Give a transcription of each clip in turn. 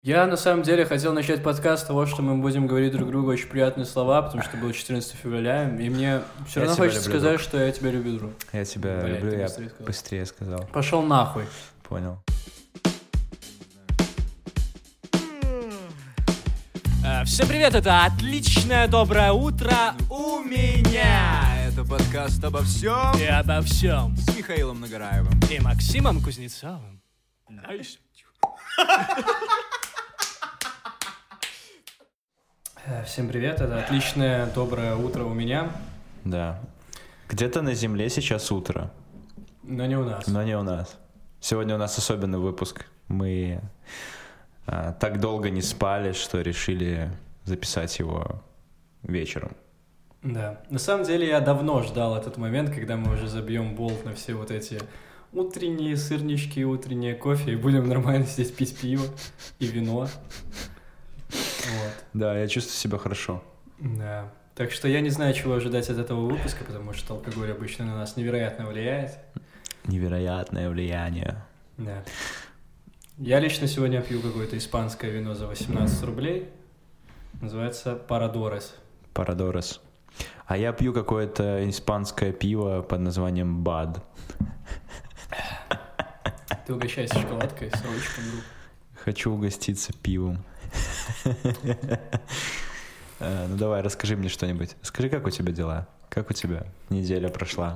Я на самом деле хотел начать подкаст с того, что мы будем говорить друг другу очень приятные слова, потому что было 14 февраля, и мне все равно хочется сказать, что я тебя люблю, друг. Я тебя люблю, я быстрее сказал. Пошел нахуй. Понял. Всем привет, это отличное доброе утро у меня. Это подкаст обо всем И обо всем. с Михаилом Нагараевым. И Максимом Кузнецовым. Найс. Всем привет, это отличное доброе утро у меня, Да. Где-то на Земле сейчас утро, но не у нас. но не у нас. Сегодня у нас особенный выпуск. Мы так долго не спали, что решили записать его вечером. Да, на самом деле я давно ждал этот момент, когда мы уже забьем болт на все вот эти утренние сырнички, утреннее кофе, и будем нормально здесь пить пиво и вино. Вот. Да, я чувствую себя хорошо. Да. Так что я не знаю, чего ожидать от этого выпуска, потому что алкоголь обычно на нас невероятно влияет. Невероятное влияние. Да. Я лично сегодня пью какое-то испанское вино за 18 рублей. Называется Парадорес. Парадорес. А я пью какое-то испанское пиво под названием Бад. Ты угощайся шоколадкой с ручком, друг. Хочу угоститься пивом. Ну давай, расскажи мне что-нибудь. Скажи, как у тебя дела? Как у тебя неделя прошла?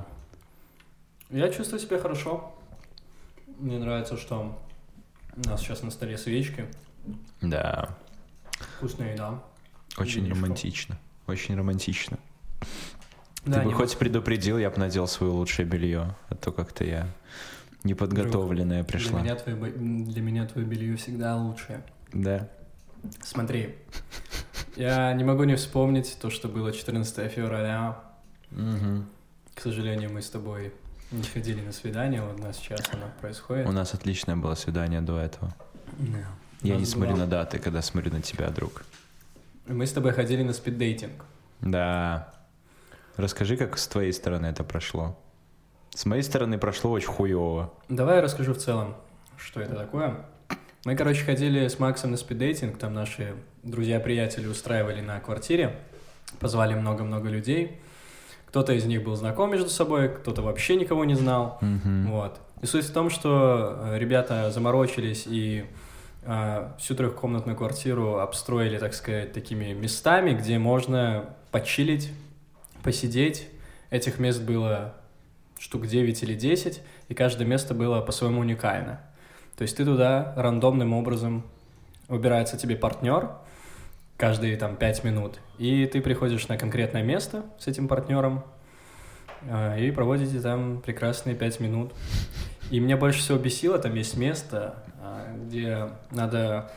Я чувствую себя хорошо. Мне нравится, что у нас сейчас на столе свечки. Да, Вкусная еда. очень Винишко. романтично. Очень романтично. Да, Ты бы не хоть предупредил, я бы надел свое лучшее белье. А то как-то я неподготовленная пришла. Для меня твое белье всегда лучшее. Да. Смотри, я не могу не вспомнить то, что было 14 февраля. Мгм. К сожалению, мы с тобой не ходили на свидание, вот у нас сейчас оно происходит. У нас отличное было свидание до этого. Да. Я У не нас смотрю было- на даты, когда смотрю на тебя, друг. Мы с тобой ходили на спиддейтинг. Да. Расскажи, как с твоей стороны это прошло. С моей стороны прошло очень хуёво. Давай я расскажу в целом, что это такое. Мы, короче, ходили с Максом на спиддейтинг, там наши друзья-приятели устраивали на квартире, позвали много-много людей. Кто-то из них был знаком между собой, кто-то вообще никого не знал. Мгм. Вот. И суть в том, что ребята заморочились и всю трехкомнатную квартиру обстроили, так сказать, такими местами, где можно почилить, посидеть. Этих мест было штук 9 или 10, и каждое место было по-своему уникально. То есть ты туда рандомным образом выбирается тебе партнер каждые там 5 минут, и ты приходишь на конкретное место с этим партнером и проводите там прекрасные 5 минут. И меня больше всего бесило, там есть место, где надо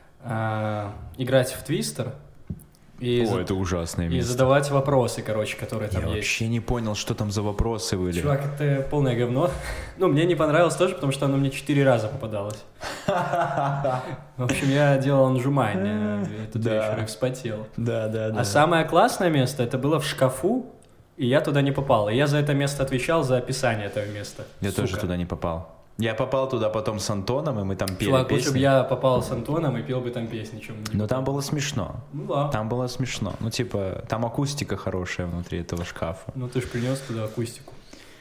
играть в твистер и, О, это ужасное и место. задавать вопросы, короче, которые Я там есть. вообще не понял, что там за вопросы были. Чувак, это полное говно. Ну, мне не понравилось тоже, потому что оно мне 4 раза попадалось. В общем, я делал анжумань этот Да. вечер и вспотел. Да. А самое классное место, это было в шкафу, и я туда не попал. И я за это место отвечал, за описание этого места. Я Сука. тоже туда не попал. Я попал туда потом с Антоном, и мы там пели Чувак, лучше песни. бы я попал с Антоном и пел бы там песни, чем... Но там было смешно. Ну да. Там было смешно. Ну, типа, там акустика хорошая внутри этого шкафа. Ну ты ж принес туда акустику.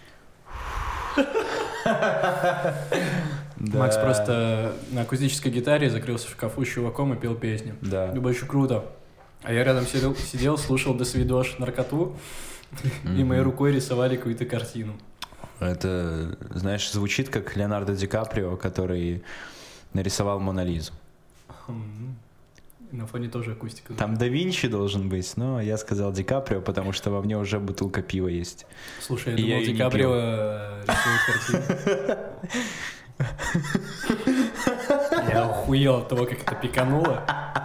Да. Макс просто на акустической гитаре закрылся в шкафу с чуваком и пел песни. Да. Это было очень круто. А я рядом сидел, слушал «До свидош» наркоту, и моей рукой рисовали какую-то картину. Это, знаешь, звучит как Леонардо Ди Каприо, который нарисовал Мона Лизу. На фоне тоже акустика. Там да Винчи должен быть, но я сказал Ди Каприо, потому что во мне уже бутылка пива есть. Слушай, я И я думал, её Ди не Каприо рисует картину. Я охуел от того, как это пикануло.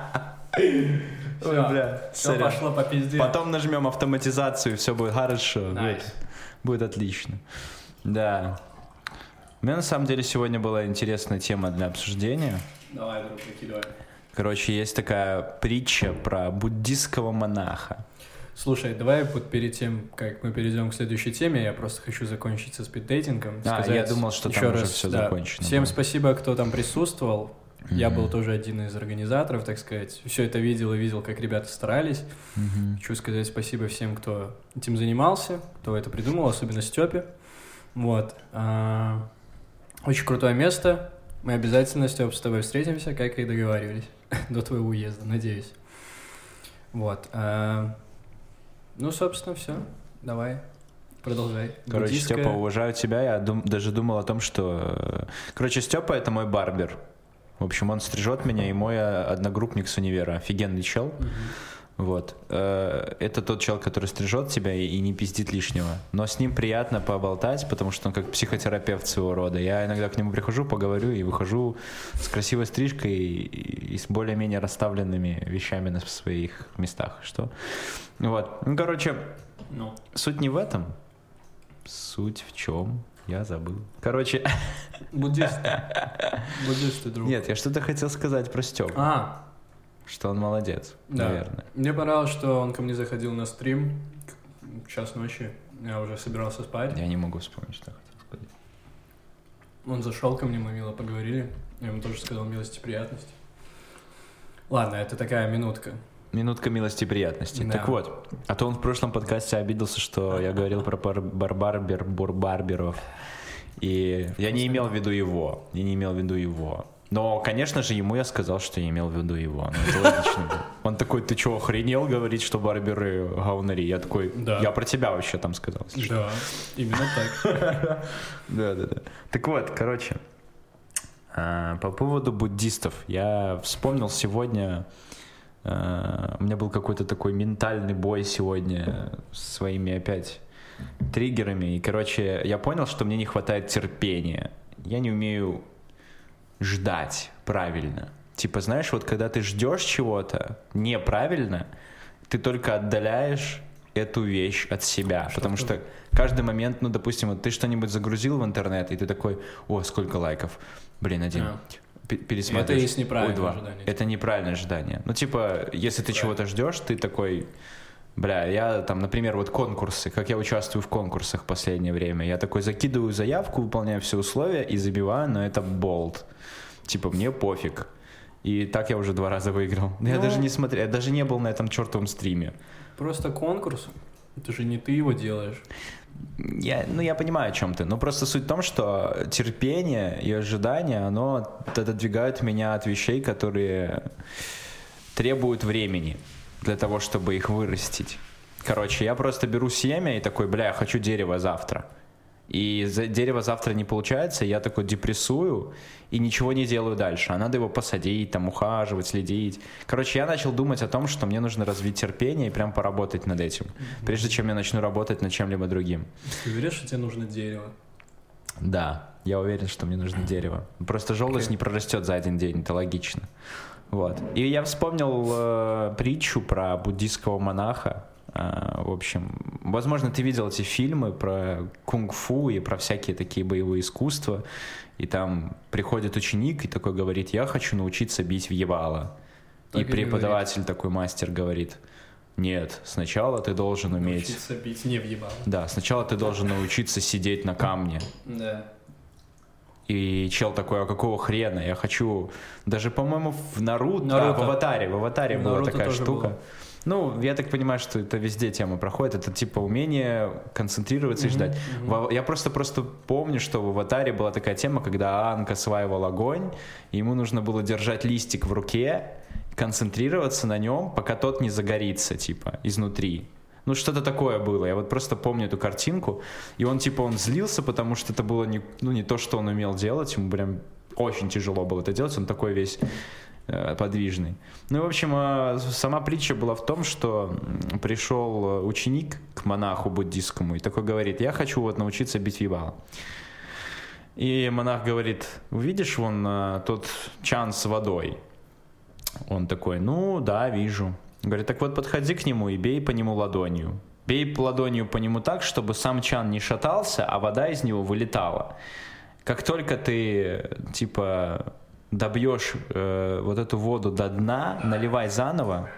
Ой, бля, Все сорян. пошло по пизде. Потом нажмем автоматизацию, и все будет хорошо. Найс. Будет отлично. Да. У меня на самом деле сегодня была интересная тема для обсуждения. Давай, друг, выкидывай. Короче, есть такая притча про буддистского монаха. Слушай, давай вот перед тем, как мы перейдем к следующей теме, я просто хочу закончить со спиддейтингом. Я думал, что там еще уже раз, все да, закончено Всем было. спасибо, кто там присутствовал. Я был тоже один из организаторов, так сказать. Все это видел и видел, как ребята старались. Хочу сказать спасибо всем, кто этим занимался, кто это придумал, особенно Степе. Вот. Очень крутое место. Мы обязательно, Степ, с тобой встретимся, как и договаривались, до твоего уезда, надеюсь. Вот. Ну, собственно, все. Давай. Продолжай. Короче, Буддийская... Степа, уважаю тебя. Я даже думал о том, что... Короче, Степа — это мой барбер. В общем, он стрижет меня, и мой одногруппник с универа. Офигенный чел. Вот. Это тот чел, который стрижет тебя и не пиздит лишнего. Но с ним приятно поболтать, потому что он как психотерапевт своего рода. Я иногда к нему прихожу, поговорю и выхожу с красивой стрижкой и с более-менее расставленными вещами на своих местах. Что? Вот. Ну, короче, суть не в этом. Суть в чем? Я забыл. Короче... Буддисты, друг. Нет, я что-то хотел сказать про Степу. Что он молодец, да. Наверное. Мне понравилось, что он ко мне заходил на стрим в час ночи. Я уже собирался спать. Я не могу вспомнить, что я хотел сказать. Он зашел ко мне, мы мило поговорили. Я ему тоже сказал милости и приятности. Ладно, это такая минутка. Минутка милости и приятности. Да. Так вот, а то он в прошлом подкасте обиделся, что я говорил про барберов. И я не имел в виду его. Но, конечно же, ему я сказал, что я имел в виду его. Ну, это логично было. Он такой: ты что, охренел говорить, что барберы говнари? Я такой: да. Я про тебя вообще там сказал. Да, именно так. Да. Так вот, короче, по поводу буддистов. Я вспомнил сегодня, у меня был какой-то такой ментальный бой сегодня с своими опять триггерами. И, короче, я понял, что мне не хватает терпения. Я не умею ждать правильно. Типа, знаешь, вот когда ты ждешь чего-то неправильно, ты только отдаляешь эту вещь от себя. Потому что каждый момент, ну, допустим, вот ты что-нибудь загрузил в интернет, и ты такой: о, сколько лайков. Блин, один. Пересмотришь. Это есть неправильное ожидание. Это неправильное ожидание. Ну, типа, если ты чего-то ждешь, ты такой: бля, я там, например, вот конкурсы, как я участвую в конкурсах в последнее время, я такой закидываю заявку, выполняю все условия и забиваю, но это болт. Типа, мне пофиг. И так я уже 2 раза выиграл. Я даже не смотрел, я даже не был на этом чертовом стриме. Просто конкурс, это же не ты его делаешь. Я понимаю, о чем ты. Но просто суть в том, что терпение и ожидание, оно отодвигает меня от вещей, которые требуют времени для того, чтобы их вырастить. Короче, я просто беру семя и такой: бля, я хочу дерево завтра. И дерево завтра не получается, я такой депрессую и ничего не делаю дальше. А надо его посадить, там, ухаживать, следить. Короче, я начал думать о том, что мне нужно развить терпение и прям поработать над этим, прежде чем я начну работать над чем-либо другим. Ты уверен, что тебе нужно дерево? Да, я уверен, что мне нужно дерево. Просто желудь не прорастет за один день, это логично. Вот. И я вспомнил притчу про буддийского монаха. В общем, возможно, ты видел эти фильмы про кунг-фу и про всякие такие боевые искусства. И там приходит ученик и такой говорит: я хочу научиться бить в ебало. Так и преподаватель такой, мастер, говорит: нет, сначала ты должен уметь... Научиться бить не в ебало. Да, сначала ты должен научиться сидеть на камне. Да. И чел такой: а какого хрена? Я хочу... Даже, по-моему, в Наруто. В Аватаре была такая штука. Было. Ну, я так понимаю, что это везде тема проходит. Это типа умение концентрироваться и ждать. Я просто помню, что в Аватаре была такая тема, когда Аанг осваивал огонь, и ему нужно было держать листик в руке, концентрироваться на нем, пока тот не загорится, типа, изнутри. Ну, что-то такое было. Я вот просто помню эту картинку. И он злился, потому что это было не то, что он умел делать. Ему прям очень тяжело было это делать. Он такой весь подвижный. Ну, в общем, сама притча была в том, что пришел ученик к монаху буддийскому и такой говорит: я хочу вот научиться бить в ебало. И монах говорит: видишь вон тот чан с водой? Он такой: ну, да, вижу. Говорит: так вот, подходи к нему и бей по нему ладонью. Бей ладонью по нему так, чтобы сам чан не шатался, а вода из него вылетала. Как только ты, типа, добьешь вот эту воду до дна, наливай заново.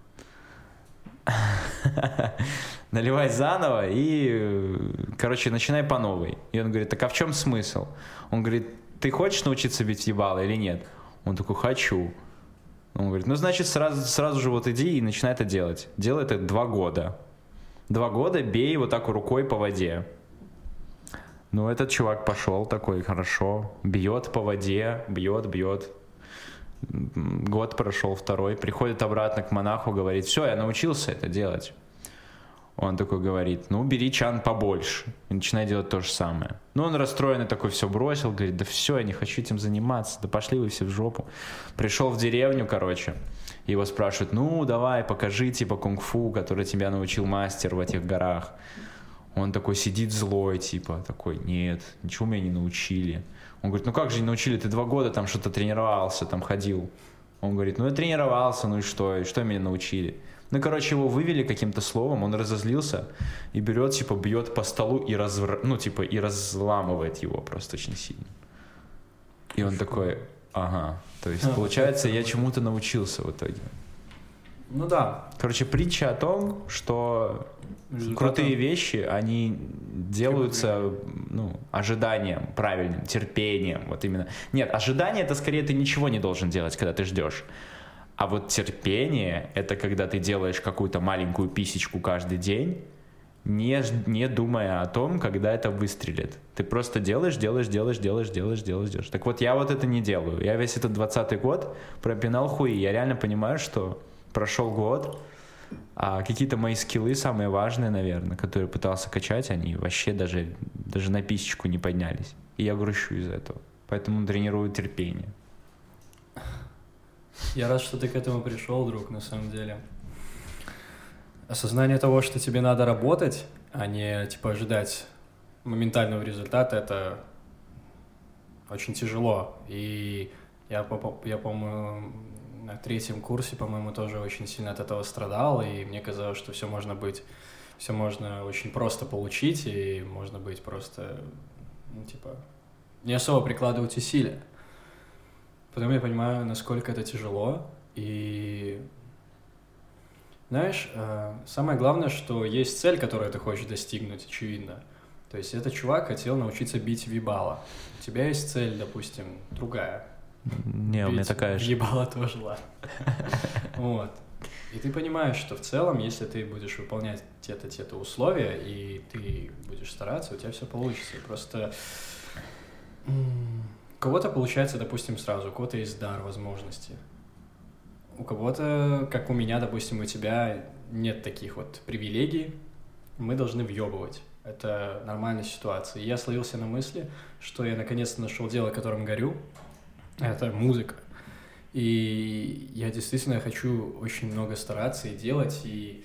Наливай заново и, короче, начинай по новой. И он говорит: так а в чем смысл? Он говорит: ты хочешь научиться бить в ебало или нет? Он такой, хочу. Он говорит, ну, значит, сразу же вот иди и начинай это делать. Делай это 2 года. 2 года бей вот так рукой по воде. Ну, этот чувак пошел такой, хорошо, бьет по воде, бьет. Год прошел, 2, приходит обратно к монаху, говорит, все, я научился это делать. Он такой говорит, ну, бери чан побольше. И начинай делать то же самое. Ну, он расстроенный такой, все бросил, говорит, да все, я не хочу этим заниматься, да пошли вы все в жопу. Пришел в деревню, короче, его спрашивают, ну, давай, покажи, типа, кунг-фу, который тебя научил мастер в этих горах. Он такой сидит злой, типа, такой, нет, ничего меня не научили. Он говорит, ну как же не научили, ты 2 года там что-то тренировался, там ходил. Он говорит, ну я тренировался, ну и что меня научили? Ну, короче, его вывели каким-то словом, он разозлился и берет, типа, бьет по столу и и разламывает его просто очень сильно. И он такой, ага, то есть, получается, я чему-то научился в итоге. Ну да. Короче, притча о том, что крутые вещи, они делаются, ну, ожиданием правильным, терпением, вот именно. Нет, ожидание — это скорее ты ничего не должен делать, когда ты ждешь. А вот терпение — это когда ты делаешь какую-то маленькую писечку каждый день, не думая о том, когда это выстрелит. Ты просто делаешь. Так вот, я вот это не делаю. Я весь этот 20-й год пропинал хуи. Я реально понимаю, что прошел год, а какие-то мои скиллы, самые важные, наверное, которые пытался качать, они вообще даже на писечку не поднялись. И я грущу из-за этого. Поэтому тренирую терпение. Я рад, что ты к этому пришел, друг, на самом деле. Осознание того, что тебе надо работать, а не, типа, ожидать моментального результата, это очень тяжело. И я, по-моему, на 3-м курсе, по-моему, тоже очень сильно от этого страдал, и мне казалось, что все можно очень просто получить, и можно быть просто, ну, типа, не особо прикладывать усилия. Потом я понимаю, насколько это тяжело, и, знаешь, самое главное, что есть цель, которую ты хочешь достигнуть, очевидно. То есть этот чувак хотел научиться бить вибала. У тебя есть цель, допустим, другая. Не, у меня такая же. Ебало тоже, ладно. Вот. И ты понимаешь, что в целом, если ты будешь выполнять те-то условия, и ты будешь стараться, у тебя все получится. Просто у кого-то получается, допустим, сразу, у кого-то есть дар, возможности. У кого-то, как у меня, допустим, у тебя нет таких вот привилегий, мы должны въебывать. Это нормальная ситуация. И я словился на мысли, что я наконец-то нашел дело, которым горю. Это музыка. И я действительно хочу очень много стараться и делать. И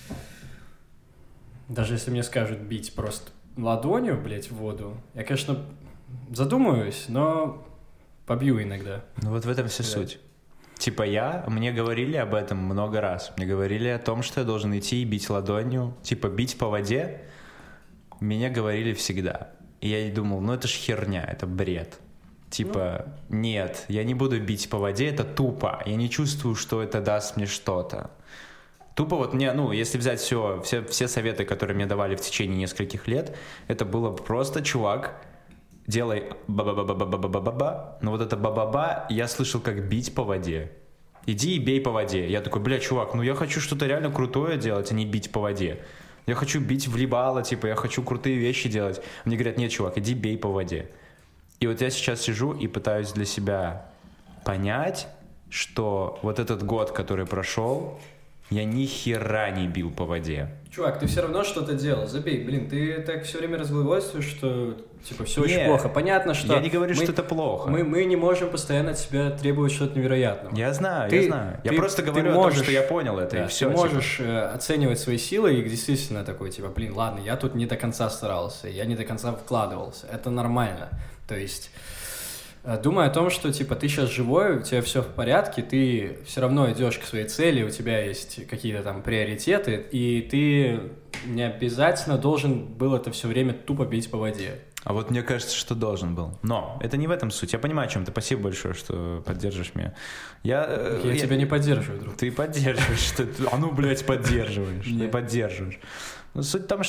даже если мне скажут бить просто ладонью, блять, в воду, я, конечно, задумаюсь, но побью иногда. Ну вот в этом вся суть. Типа мне говорили об этом много раз. Мне говорили о том, что я должен идти и бить ладонью. Типа бить по воде. Мне говорили всегда. И я думал, ну это ж херня, это бред. Типа, нет, я не буду бить по воде, это тупо. Я не чувствую, что это даст мне что-то. Тупо вот мне, ну, если взять все советы, которые мне давали в течение нескольких лет, это было просто, чувак, делай ба-ба-ба-ба-ба-ба-ба-ба. Но вот это ба-ба-ба я слышал, как бить по воде. Иди и бей по воде. Я такой, бля, чувак, ну я хочу что-то реально крутое делать, а не бить по воде. Я хочу бить в либало, типа, я хочу крутые вещи делать. Мне говорят, нет, чувак, иди бей по воде. И вот я сейчас сижу и пытаюсь для себя понять, что вот этот год, который прошел, я ни хера не бил по воде. Чувак, ты все равно что-то делал, забей. Блин, ты так все время разглагольствуешь, что типа все очень плохо. Понятно, что... Я не говорю, что это плохо. Мы не можем постоянно от себя требовать что-то невероятного. Я знаю. Я просто говорю о том, что я понял это, и все. Ты можешь оценивать свои силы и действительно такой, типа, блин, ладно, я тут не до конца старался, я не до конца вкладывался. Это нормально. То есть, думая о том, что, типа, ты сейчас живой, у тебя все в порядке, ты все равно идешь к своей цели, у тебя есть какие-то там приоритеты, и ты не обязательно должен был это все время тупо бить по воде. А вот мне кажется, что должен был. Но это не в этом суть. Я понимаю, о чем ты. Спасибо большое, что поддерживаешь меня. Я тебя не поддерживаю, друг. Ты поддерживаешь, что ты... А ну, блядь, поддерживаешь. Ты поддерживаешь. Но суть в том,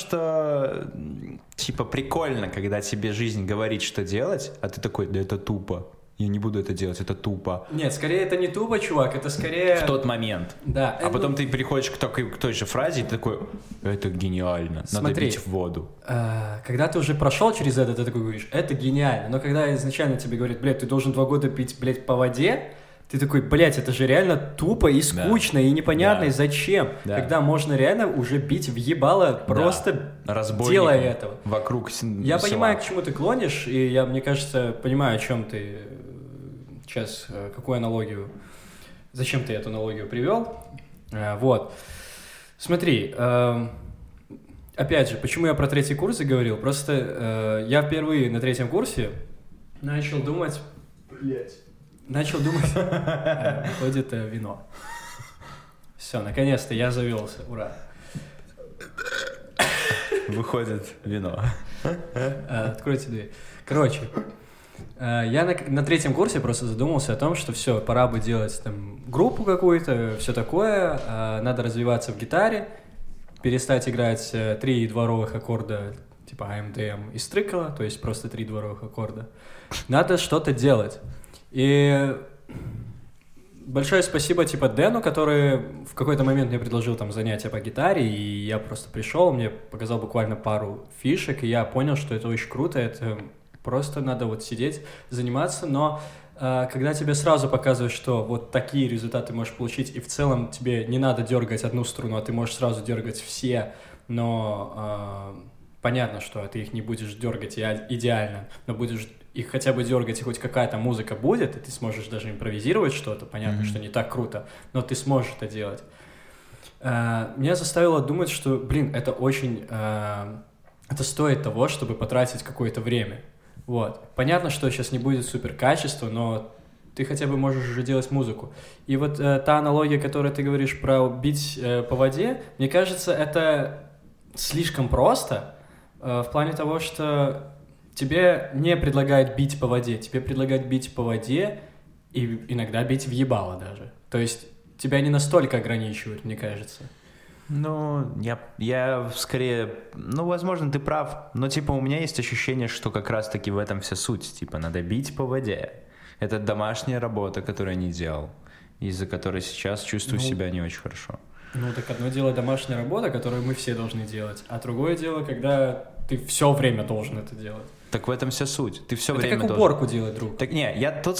что типа прикольно, когда тебе жизнь говорит, что делать, а ты такой, да это тупо. я не буду это делать, это тупо. Нет, скорее это не тупо, чувак, это скорее... В тот момент. Да. А потом ты приходишь к той же фразе, и ты такой, это гениально, надо бить в воду. Когда ты уже прошел через это, ты такой говоришь, это гениально. Но когда изначально тебе говорят, блядь, ты должен 2 года пить, блядь, по воде, ты такой, блядь, это же реально тупо и скучно, и непонятно, и зачем. Когда можно реально уже бить в ебало, просто делая этого. Вокруг Я понимаю, к чему ты клонишь, и я, мне кажется, понимаю, о чем ты сейчас, какую аналогию, зачем ты эту аналогию привел. Вот. Смотри, опять же, почему я про 3-й курс заговорил? Просто я впервые на 3-м курсе начал думать... выходит вино. Все, наконец-то я завелся, ура. Выходит вино. Откройте дверь. Короче, я на 3-м курсе просто задумался о том, что все, пора бы делать там группу какую-то, все такое, надо развиваться в гитаре, перестать играть 3 дворовых аккорда, типа АМДМ и стрыкала, то есть просто 3 дворовых аккорда. Надо что-то делать. И большое спасибо типа Дэну, который в какой-то момент мне предложил там занятия по гитаре, и я просто пришел, мне показал буквально пару фишек, и я понял, что это очень круто, это просто надо вот сидеть, заниматься, но когда тебе сразу показывают, что вот такие результаты можешь получить, и в целом тебе не надо дергать одну струну, а ты можешь сразу дергать все, но понятно, что ты их не будешь дергать идеально, но будешь их хотя бы дергать, и хоть какая-то музыка будет, и ты сможешь даже импровизировать что-то, понятно, что не так круто, но ты сможешь это делать. Меня заставило думать, что, это очень... это стоит того, чтобы потратить какое-то время. Вот. Понятно, что сейчас не будет супер качества, но ты хотя бы можешь уже делать музыку. И вот та аналогия, которую ты говоришь про бить по воде, мне кажется, это слишком просто в плане того, что тебе не предлагают бить по воде, тебе предлагают бить по воде и иногда бить в ебало даже. То есть тебя не настолько ограничивают, мне кажется. Ну, я скорее... Ну, возможно, ты прав, но, типа, у меня есть ощущение, что как раз-таки в этом вся суть. Типа, надо бить по воде. Это домашняя работа, которую я не делал, из-за которой сейчас чувствую себя не очень хорошо. Ну, так одно дело домашняя работа, которую мы все должны делать, а другое дело, когда ты все время должен это делать. Так в этом вся суть. Ты все время должен. Это как уборку делать, друг. Так не,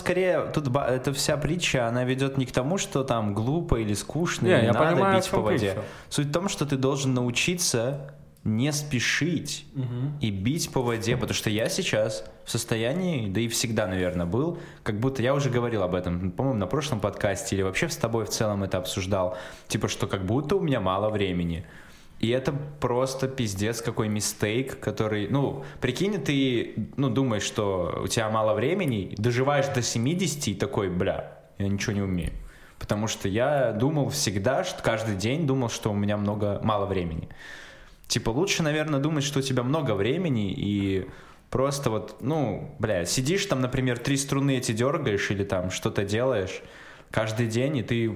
эта вся притча, она ведет не к тому, что там глупо или скучно, или надо бить по воде. Суть в том, что ты должен научиться не спешить и бить по воде, потому что я сейчас в состоянии, да и всегда, наверное, был, как будто я уже говорил об этом, по-моему, на прошлом подкасте или вообще с тобой в целом это обсуждал, типа, что как будто у меня мало времени. И это просто пиздец какой мистейк, который, прикинь, ты, думаешь, что у тебя мало времени, доживаешь до 70 и такой, я ничего не умею. Потому что я думал всегда, что каждый день думал, что у меня мало времени. Типа лучше, наверное, думать, что у тебя много времени и просто сидишь там, например, 3 струны эти дергаешь или там что-то делаешь каждый день, и ты,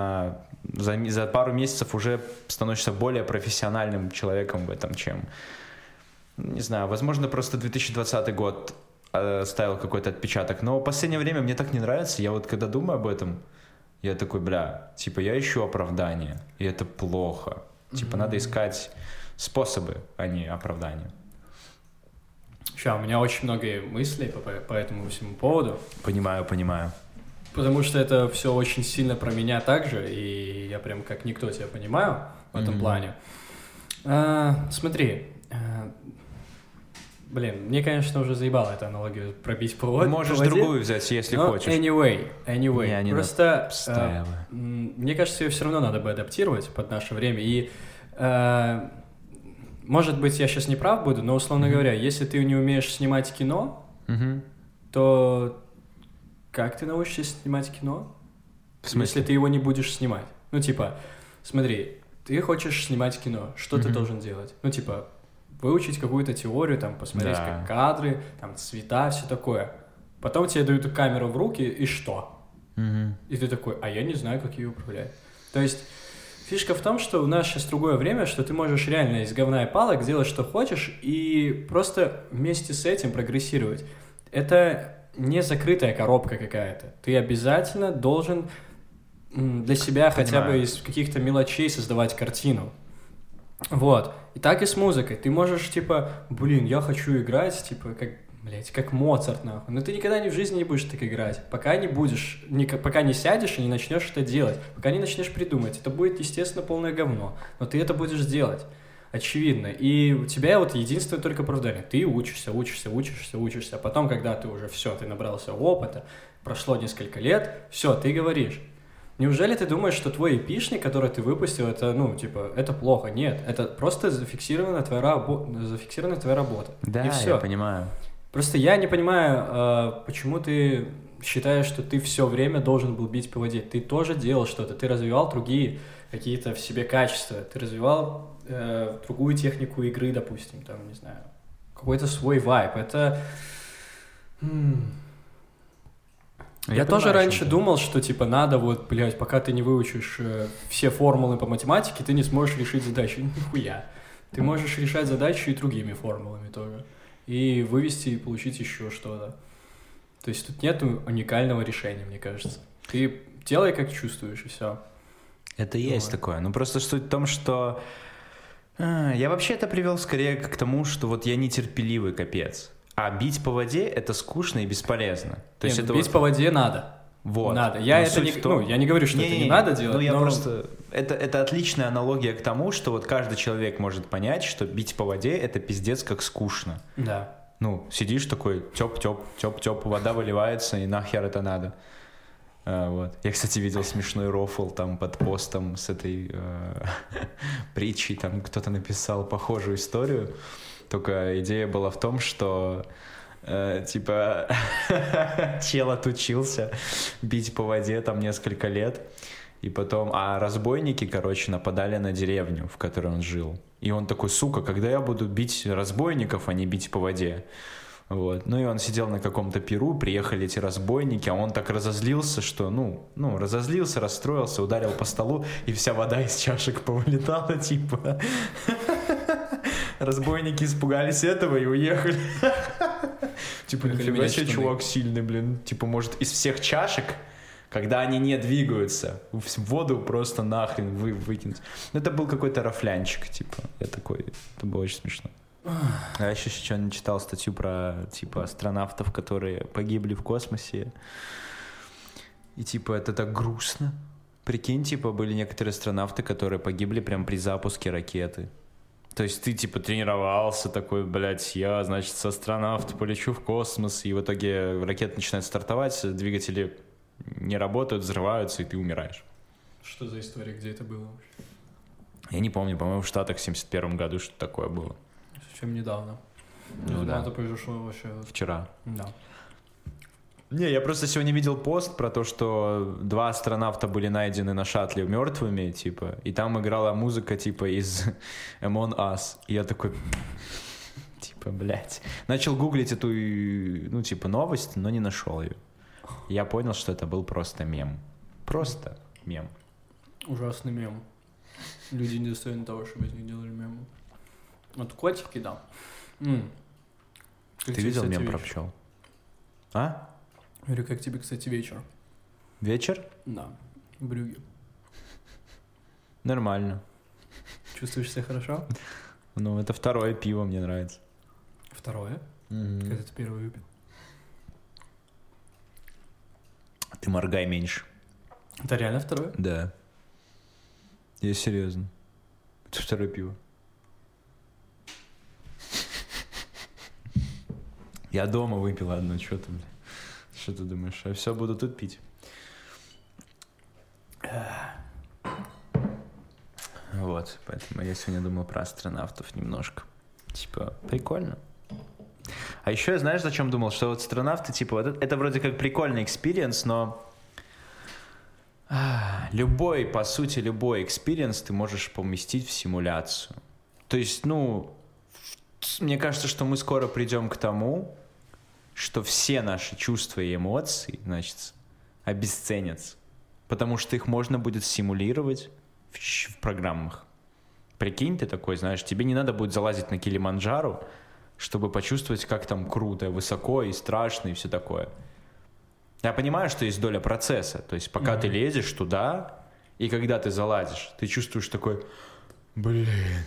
за пару месяцев уже становишься более профессиональным человеком в этом, чем, не знаю, возможно, просто 2020 год оставил какой-то отпечаток, но в последнее время мне так не нравится, я вот когда думаю об этом, я такой, я ищу оправдание, и это плохо, надо искать способы, а не оправдания. У меня очень много мыслей по этому всему поводу. Понимаю. Потому что это все очень сильно про меня также, и я прям как никто тебя понимаю в этом плане. Смотри, мне, конечно, мне заебала эта аналогия пробить по воде. Можешь другую взять, если хочешь. Anyway. Просто мне кажется, ее все равно надо бы адаптировать под наше время. И, может быть, я сейчас не прав буду, но, условно говоря, если ты не умеешь снимать кино, то... Как ты научишься снимать кино? В смысле? Если ты его не будешь снимать. Смотри, ты хочешь снимать кино, что ты должен делать? Выучить какую-то теорию, посмотреть как кадры, цвета, все такое. Потом тебе дают камеру в руки, и что? И ты такой, я не знаю, как ее управлять. То есть фишка в том, что у нас сейчас другое время, что ты можешь реально из говна и палок делать, что хочешь, и просто вместе с этим прогрессировать. Это не закрытая коробка какая-то. Ты обязательно должен для себя хотя бы из каких-то мелочей создавать картину. Вот. И так и с музыкой. Ты можешь, типа, я хочу играть, типа, как Моцарт, нахуй. Но ты никогда в жизни не будешь так играть. Пока не сядешь и не начнешь это делать. Пока не начнешь придумать. Это будет, естественно, полное говно. Но ты это будешь делать. Очевидно. И у тебя вот единственное только оправдание. Ты учишься. А потом, когда ты уже ты набрался опыта, прошло несколько лет, ты говоришь. Неужели ты думаешь, что твой эпишник, который ты выпустил, это, это плохо? Нет, это просто зафиксированная твоя работа. Да, и все. Я понимаю. Просто я не понимаю, почему ты считаешь, что ты все время должен был бить по воде. Ты тоже делал что-то, ты развивал другие какие-то в себе качества, ты развивал другую технику игры, допустим, там, не знаю, какой-то свой вайб. Это... Я тоже раньше думал, что, надо пока ты не выучишь все формулы по математике, ты не сможешь решить задачу. Нихуя. Ты можешь решать задачу и другими формулами тоже. И вывести, и получить еще что-то. То есть тут нет уникального решения, мне кажется. Ты делай, как чувствуешь, и все. Это есть такое. Просто суть в том, что... Я вообще это привел скорее к тому, что я нетерпеливый капец. А бить по воде — это скучно и бесполезно. То есть это бить по воде надо. Вот. Надо. Я не говорю, что это не надо делать. Я просто... Это отличная аналогия к тому, что каждый человек может понять, что бить по воде — это пиздец как скучно. Да. Сидишь такой, тёп, вода выливается, и нахер это надо. Вот. Я, кстати, видел смешной рофл там под постом с этой притчей. Там кто-то написал похожую историю. Только идея была в том, что чел отучился бить по воде там несколько лет, и потом, разбойники, нападали на деревню, в которой он жил. И он такой, сука, когда я буду бить разбойников, а не бить по воде? Вот. И он сидел на каком-то пиру, приехали эти разбойники, а он так разозлился, что, разозлился, расстроился, ударил по столу, и вся вода из чашек повылетала, Разбойники испугались этого и уехали. Нифига себе, чувак сильный, блин. Может, из всех чашек, когда они не двигаются, в воду просто нахрен выкинуть. Это был какой-то рафлянчик, Я такой, это было очень смешно. Я еще не читал статью про, астронавтов, которые погибли в космосе. И, это так грустно. Прикинь, были некоторые астронавты, которые погибли прямо при запуске ракеты. То есть ты, тренировался такой, я, с астронавт полечу в космос, и в итоге ракета начинает стартовать, двигатели не работают, взрываются, и ты умираешь. Что за история, где это было вообще? Я не помню, по-моему, в Штатах в 1971 году что-то такое было. Совсем недавно. Да. Это произошло вообще... Вчера. Да. Не, я просто сегодня видел пост про то, что 2 астронавта были найдены на шаттле мертвыми, и там играла музыка, из Among Us. И я такой, блядь. Начал гуглить эту, новость, но не нашел ее. Я понял, что это был просто мем. Просто мем. Ужасный мем. Люди не достойны того, чтобы из них делали мемы. Вот котики, да. Ты видел мем про пчел? А? Говорю, как тебе, кстати, вечер? Вечер? Да, в Брюгге. Нормально. Чувствуешь себя хорошо? Это второе пиво, мне нравится. Второе? Когда ты первое выпил? Ты моргай меньше. Это реально второе? Да. Я серьезно. Это второе пиво. Я дома выпил одно, что ты, блядь? Что ты думаешь? Я все буду тут пить. Вот, поэтому я сегодня думал про астронавтов немножко. Прикольно. А еще я, знаешь, зачем думал? Что астронавты, это вроде как прикольный экспириенс, но по сути, любой экспириенс ты можешь поместить в симуляцию. То есть, мне кажется, что мы скоро придем к тому, что все наши чувства и эмоции, обесценятся. Потому что их можно будет симулировать в программах. Прикинь, ты такой, тебе не надо будет залазить на Килиманджаро, чтобы почувствовать, как там круто, высоко и страшно и все такое. Я понимаю, что есть доля процесса, то есть пока ты лезешь туда, и когда ты залазишь, ты чувствуешь такой, блин,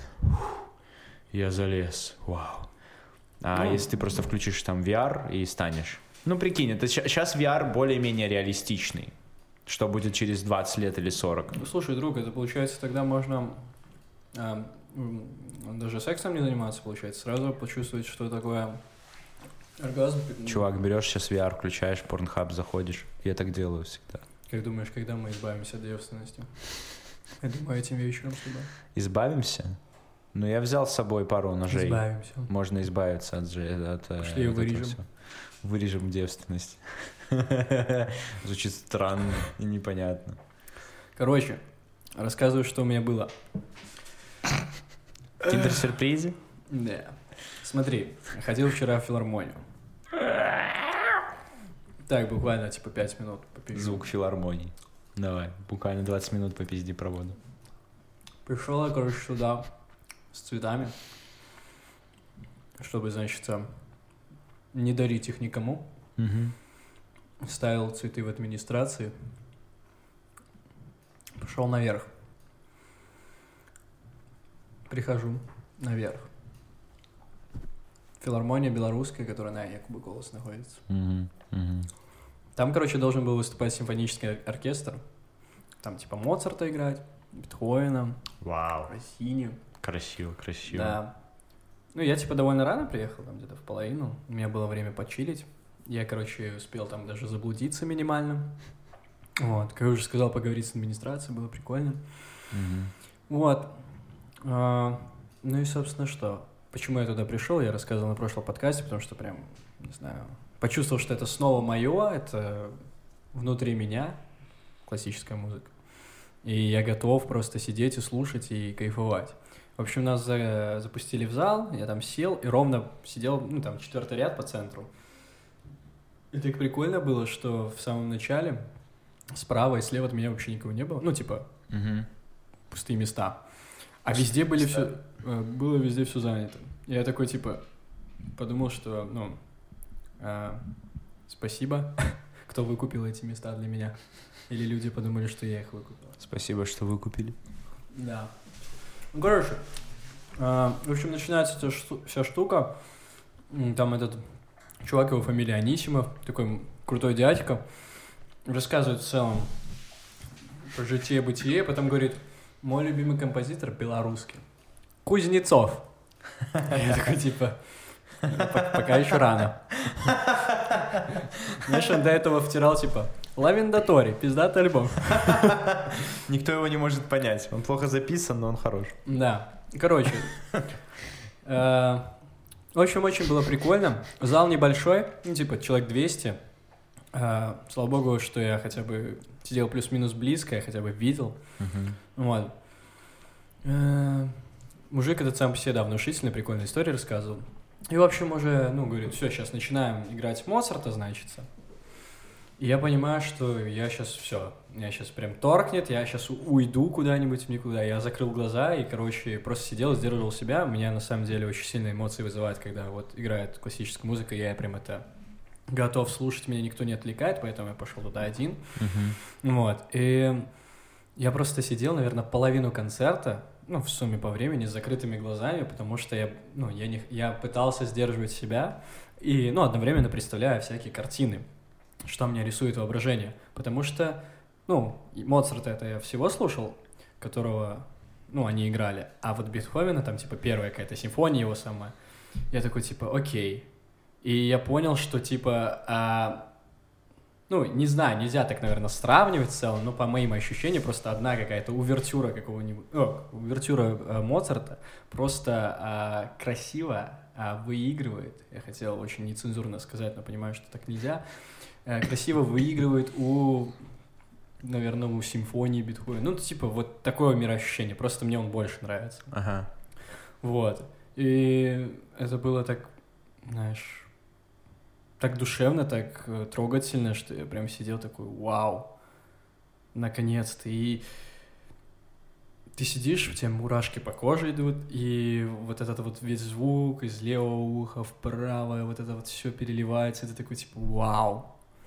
я залез, вау. А если ты просто включишь там VR и станешь, ну прикинь, это сейчас VR более-менее реалистичный. Что будет через 20 лет или 40? Ну, слушай, друг, это получается тогда можно даже сексом не заниматься, получается. Сразу почувствовать, что такое оргазм. Чувак, берешь сейчас VR, включаешь, Pornhub, заходишь. Я так делаю всегда. Как думаешь, когда мы избавимся от девственности? Я думаю, этим вечером с тобой. Избавимся? Ну, я взял с собой пару ножей. Избавимся. Можно избавиться от что ее вырежем. Вырежем девственность. Звучит странно и непонятно. Короче, рассказываю, что у меня было. Киндер-сюрпризе? Да. Смотри, ходил вчера в филармонию. Так, буквально, 5 минут попизди. Звук филармонии. Давай, буквально 20 минут попизди про воду. Пришел я, короче, сюда с цветами, чтобы, значит, не дарить их никому. Ставил цветы в администрации. Пошел наверх. Прихожу наверх. Филармония белорусская, которая на Якубы Голос находится. Там, короче, должен был выступать симфонический оркестр. Там, Моцарта играть, Бетховена, Вау. Россини. Красиво. Да. Ну, я, довольно рано приехал, там, где-то в половину. У меня было время почилить. Я, короче, успел там даже заблудиться минимально. Вот, как я уже сказал, поговорить с администрацией, было прикольно. Вот. Ну и, собственно, что? Почему я туда пришел, я рассказывал на прошлом подкасте, потому что прям, не знаю, почувствовал, что это снова мое, это внутри меня классическая музыка. И я готов просто сидеть и слушать, и кайфовать. В общем, нас запустили в зал, я там сел, и ровно сидел, 4-й ряд по центру. И так прикольно было, что в самом начале справа и слева от меня вообще никого не было. Пустые места. А везде было везде все занято. И я такой, подумал, что, спасибо, кто выкупил эти места для меня. Или люди подумали, что я их выкупил. Спасибо, что выкупили. Да. Короче, в общем, начинается эта вся штука. Там этот чувак, его фамилия Анисимов, такой крутой дядька, рассказывает в целом про житие-бытие, потом говорит, мой любимый композитор белорусский. Кузнецов. Я такой, пока еще рано. Знаешь, он до этого втирал, Лавендатори, пиздатый альбом. Никто его не может понять. Он плохо записан, но он хорош. Да. Короче. В общем, очень было прикольно. Зал небольшой, человек 200. Слава богу, что я хотя бы сидел плюс-минус близко, я хотя бы видел. Вот. Мужик этот сам по себе, да, внушительная, прикольная история рассказывал. И, в общем, уже, говорит, все, сейчас начинаем играть Моцарта, значится. И я понимаю, что я сейчас меня сейчас прям торкнет, я сейчас уйду куда-нибудь в никуда. Я закрыл глаза и, просто сидел, сдерживал себя. Меня, на самом деле, очень сильные эмоции вызывает, когда играет классическая музыка, и я прям это готов слушать, меня никто не отвлекает, поэтому я пошел туда один. Вот. И я просто сидел, наверное, половину концерта, в сумме по времени, с закрытыми глазами, потому что я пытался сдерживать себя и, одновременно представляя всякие картины, что мне рисует воображение. Потому что, Моцарта это я всего слушал, которого, они играли, а вот Бетховена, там, первая какая-то симфония его самая, я такой, окей. И я понял, что, не знаю, нельзя так, наверное, сравнивать в целом, но по моим ощущениям просто одна какая-то увертюра увертюра Моцарта просто красиво выигрывает, я хотел очень нецензурно сказать, но понимаю, что так нельзя, красиво выигрывает наверное, у симфонии Бетховена. Вот такое мироощущение, просто мне он больше нравится. Ага. Вот. И это было так, знаешь, так душевно, так трогательно, что я прям сидел такой, вау, наконец-то. И ты сидишь, у тебя мурашки по коже идут, и вот этот вот весь звук из левого уха в правое, вот это вот все переливается, это такой типа вау.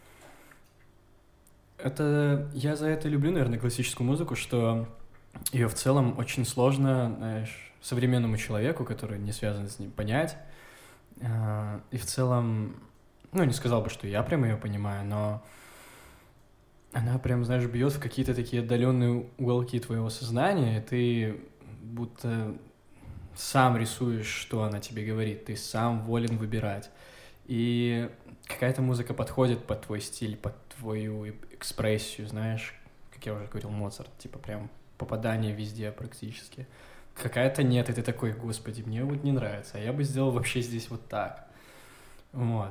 Это я за это люблю, наверное, классическую музыку, что ее в целом очень сложно, знаешь, современному человеку, который не связан с ним, понять. И в целом, ну, не сказал бы, что я прям ее понимаю, но она прям, знаешь, бьет в какие-то такие отдаленные уголки твоего сознания, и ты будто сам рисуешь, что она тебе говорит, ты сам волен выбирать. И какая-то музыка подходит под твой стиль, под твою экспрессию, знаешь, как я уже говорил, Моцарт, типа прям попадание везде практически. Какая-то нет, и ты такой, господи, мне вот не нравится, а я бы сделал вообще здесь вот так. Вот.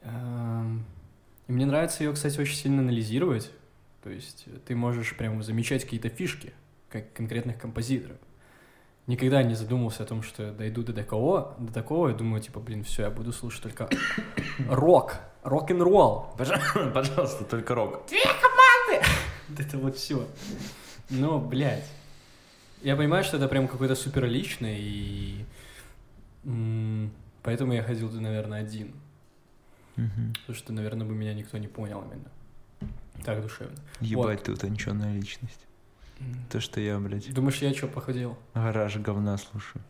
И мне нравится ее, кстати, очень сильно анализировать, то есть ты можешь прям замечать какие-то фишки, как конкретных композиторов. Никогда не задумывался о том, что я дойду до такого, я думаю, типа, блин, все, я буду слушать только рок-н-ролл. Пожалуйста, только рок. Две команды! Это вот все. Но, блядь, я понимаю, что это прям какой-то супер личный, и поэтому я ходил, наверное, один. Потому что, наверное, бы меня никто не понял именно. Так душевно. Ебать, ты утонченная личность. То, что я, блядь. Думаешь, я что, походил? Гараж говна слушаю.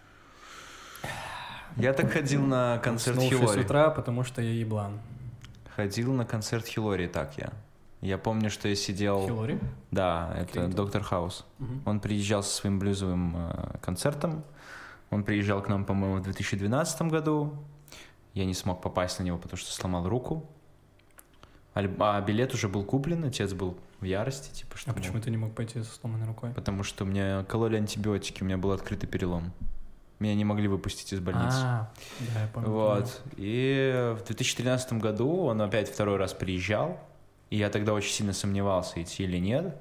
Я так ходил на концерт Хилори. С утра, потому что я еблан. Ходил на концерт Хилори, так я. Я помню, что я сидел... Хилори? Да, это Доктор Хаус. Он приезжал со своим блюзовым концертом. Он приезжал к нам, по-моему, в 2012 году. Я не смог попасть на него, потому что сломал руку. А билет уже был куплен, отец был в ярости. Типа, что почему ты не мог пойти со сломанной рукой? Потому что мне кололи антибиотики, у меня был открытый перелом. Меня не могли выпустить из больницы. Да, я помню. Вот. И в 2013 году он опять второй раз приезжал. И я тогда очень сильно сомневался, идти или нет.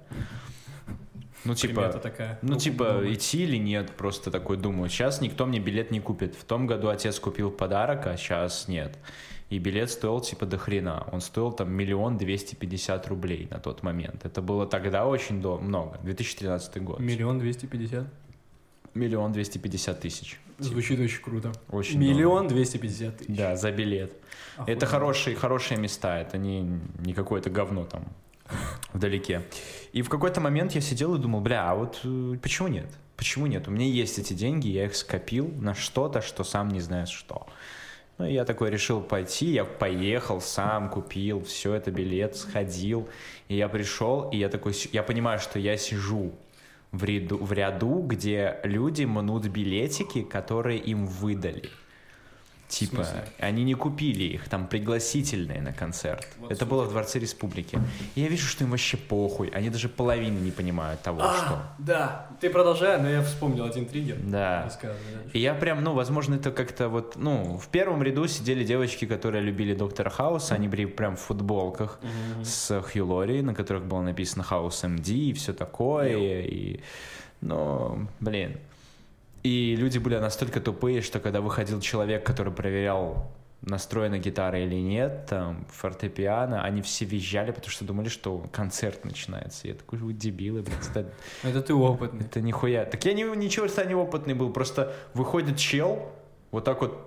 Ну, типа, такая. Идти или нет, просто такой думаю. Сейчас никто мне билет не купит. В том году отец купил подарок, а сейчас нет. И билет стоил типа до хрена. Он стоил там 1 250 000 рублей на тот момент. Это было тогда очень много. 2013 год. 1 250 000? 1 250 000. Звучит очень круто. Очень 1 250 000. Да, за билет. Охуенно. Это хорошие места, это не какое-то говно там вдалеке. И в какой-то момент я сидел и думал, а вот почему нет? Почему нет? У меня есть эти деньги, я их скопил на что-то, что сам не знаю что. Ну, и я такой решил пойти, я поехал, сам купил, все это, билет, сходил. И я пришел, и я понимаю, что я сижу в ряду, где люди мнут билетики, которые им выдали. Типа, они не купили их, там пригласительные на концерт. Вот это было в Дворце Республики. И я вижу, что им вообще похуй. Они даже половины не понимают того, что... Да, ты продолжай, но я вспомнил один триггер. Да. И я прям, возможно, это как-то вот... в первом ряду сидели девочки, которые любили Доктора Хауса. Они были прям в футболках с Хилори, на которых было написано House MD и все такое. Блин... И люди были настолько тупые, что когда выходил человек, который проверял, настроена гитара или нет, там, фортепиано, они все визжали, потому что думали, что концерт начинается. Я такой, вы дебилы, блядь. Это ты опытный. Это нихуя. Так я ничего не опытный был, просто выходит чел, вот так вот,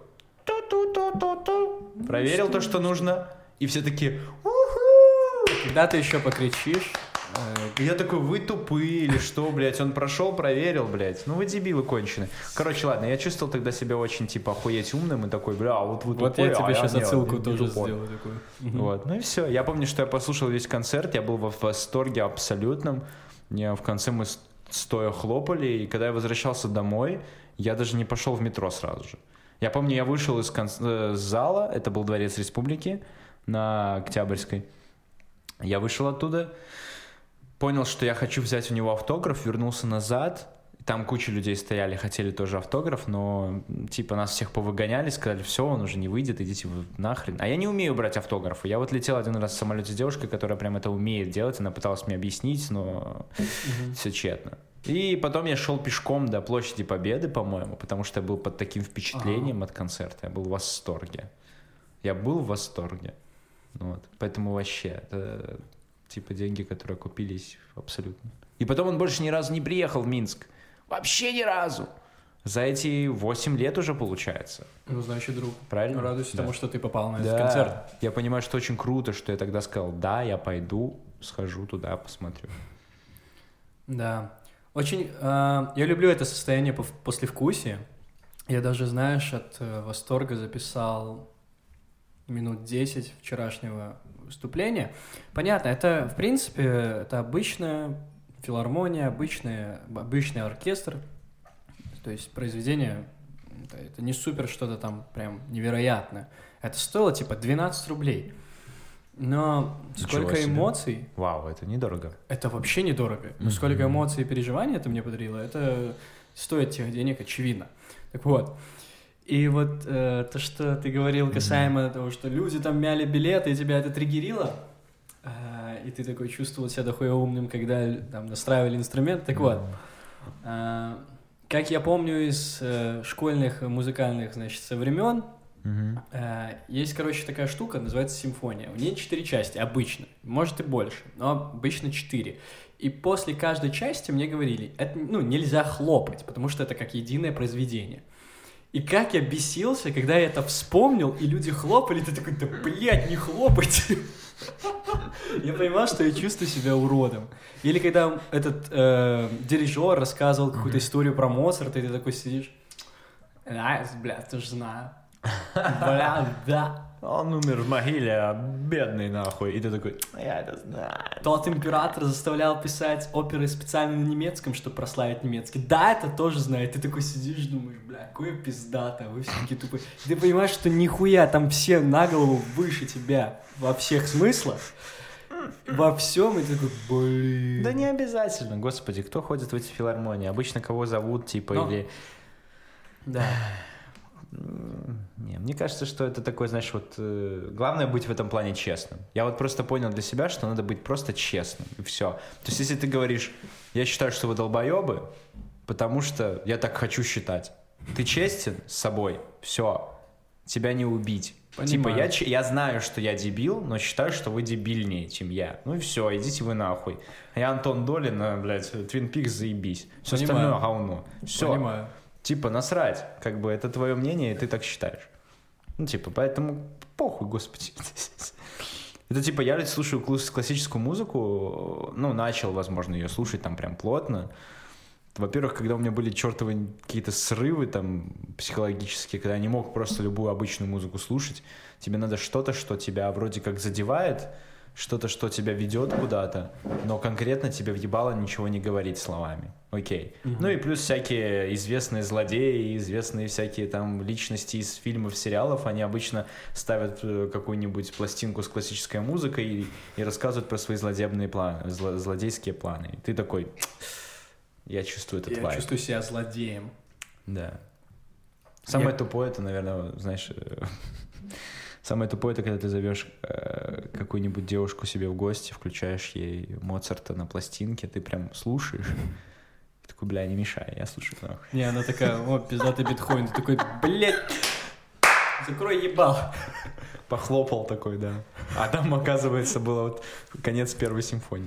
проверил то, что нужно, и все такие, когда ты еще покричишь... Я такой, вы тупые или что, блядь? Он прошел, проверил, блядь. Вы дебилы конченые. Короче, ладно, я чувствовал тогда себя очень, охуеть умным и такой, вот вы тупой. Вот я тебе сейчас отсылку тоже сделаю такую. Вот, и все. Я помню, что я послушал весь концерт, я был в восторге абсолютном. В конце мы стоя хлопали, и когда я возвращался домой, я даже не пошел в метро сразу же. Я помню, я вышел из зала, это был Дворец Республики на Октябрьской. Я вышел оттуда, понял, что я хочу взять у него автограф, вернулся назад. Там куча людей стояли, хотели тоже автограф, но нас всех повыгоняли, сказали, все, он уже не выйдет, идите вы нахрен. А я не умею брать автографы. Я летел один раз в самолете с девушкой, которая прям это умеет делать, она пыталась мне объяснить, но все тщетно. И потом я шел пешком до Площади Победы, по-моему, потому что я был под таким впечатлением от концерта. Я был в восторге. Поэтому вообще, это... деньги, которые купились абсолютно. И потом он больше ни разу не приехал в Минск. Вообще ни разу. За эти 8 лет уже получается. Ну, значит, друг. Правильно? Радуйся тому, что ты попал на этот концерт. Я понимаю, что очень круто, что я тогда сказал, да, я пойду, схожу туда, посмотрю. Да. Очень... я люблю это состояние послевкусия. Я даже, знаешь, от восторга записал минут 10 вчерашнего выступления. Понятно, это, в принципе, это обычная филармония, обычный оркестр. То есть произведение, это не супер что-то там прям невероятное. Это стоило типа 12 рублей. Но сколько эмоций... Вау, это недорого. Это вообще недорого. Но сколько эмоций и переживаний это мне подарило, это стоит тех денег, очевидно. Так вот. И вот то, что ты говорил касаемо того, что люди там мяли билеты, и тебя это триггерило, и ты такой чувствовал себя дохуя умным, когда там настраивали инструмент. Так вот. Как я помню из школьных музыкальных, значит, времен, есть, короче, такая штука, называется симфония. У нее 4 части, обычно. Может и больше, но обычно 4. И после каждой части мне говорили, это, нельзя хлопать, потому что это как единое произведение. И как я бесился, когда я это вспомнил, и люди хлопали, ты такой, да, блядь, не хлопайте. Я понимал, что я чувствую себя уродом. Или когда этот дирижер рассказывал какую-то историю про Моцарта, и ты такой сидишь, блядь, ты же знаю. Бля, да. Он умер в могиле, бедный нахуй. И ты такой, я это знаю. Тот император заставлял писать оперы специально на немецком, чтобы прославить немецкий. Да, это тоже знаю. Ты такой сидишь, думаешь, бля, какое пиздато, вы все такие тупые. Ты понимаешь, что нихуя, там все на голову выше тебя во всех смыслах. Во всем, и ты такой, блин. Да не обязательно, господи, кто ходит в эти филармонии? Обычно кого зовут, типа, или... Да. Не, мне кажется, что это такое, знаешь, вот главное быть в этом плане честным. Я вот просто понял для себя, что надо быть просто честным, и все. То есть, если ты говоришь, я считаю, что вы долбоебы, потому что я так хочу считать. Ты честен с собой, все, тебя не убить. Понимаю. Типа, я знаю, что я дебил, но считаю, что вы дебильнее, чем я. Ну и все, идите вы нахуй. Я Антон Долин, блядь, Твин Пикс, заебись. Все остальное говно. Все. Понимаю. Типа, насрать, как бы, это твое мнение, и ты так считаешь. Ну, типа, поэтому похуй, господи. Это, типа, я слушаю классическую музыку, начал, возможно, ее слушать там прям плотно. Во-первых, когда у меня были чертовы какие-то срывы там психологические, когда я не мог просто любую обычную музыку слушать, тебе надо что-то, что тебя вроде как задевает, что-то, что тебя ведет куда-то, но конкретно тебе въебало ничего не говорить словами. Окей. Ну и плюс всякие известные злодеи, известные всякие там личности из фильмов, сериалов, они обычно ставят какую-нибудь пластинку с классической музыкой и рассказывают про свои злодейные планы, злодейские планы. И ты такой, я чувствую этот вайб. Я чувствую себя злодеем. Да. Самое тупое, это, наверное, знаешь... Самое тупое, это когда ты зовешь какую-нибудь девушку себе в гости, включаешь ей Моцарта на пластинке, ты прям слушаешь. Ты такой, бля, не мешай, я слушаю нахуй. Не, она такая, пиздатый Бетховен. Ты такой, блядь, закрой ебал. Похлопал такой, да. А там, оказывается, был вот конец первой симфонии.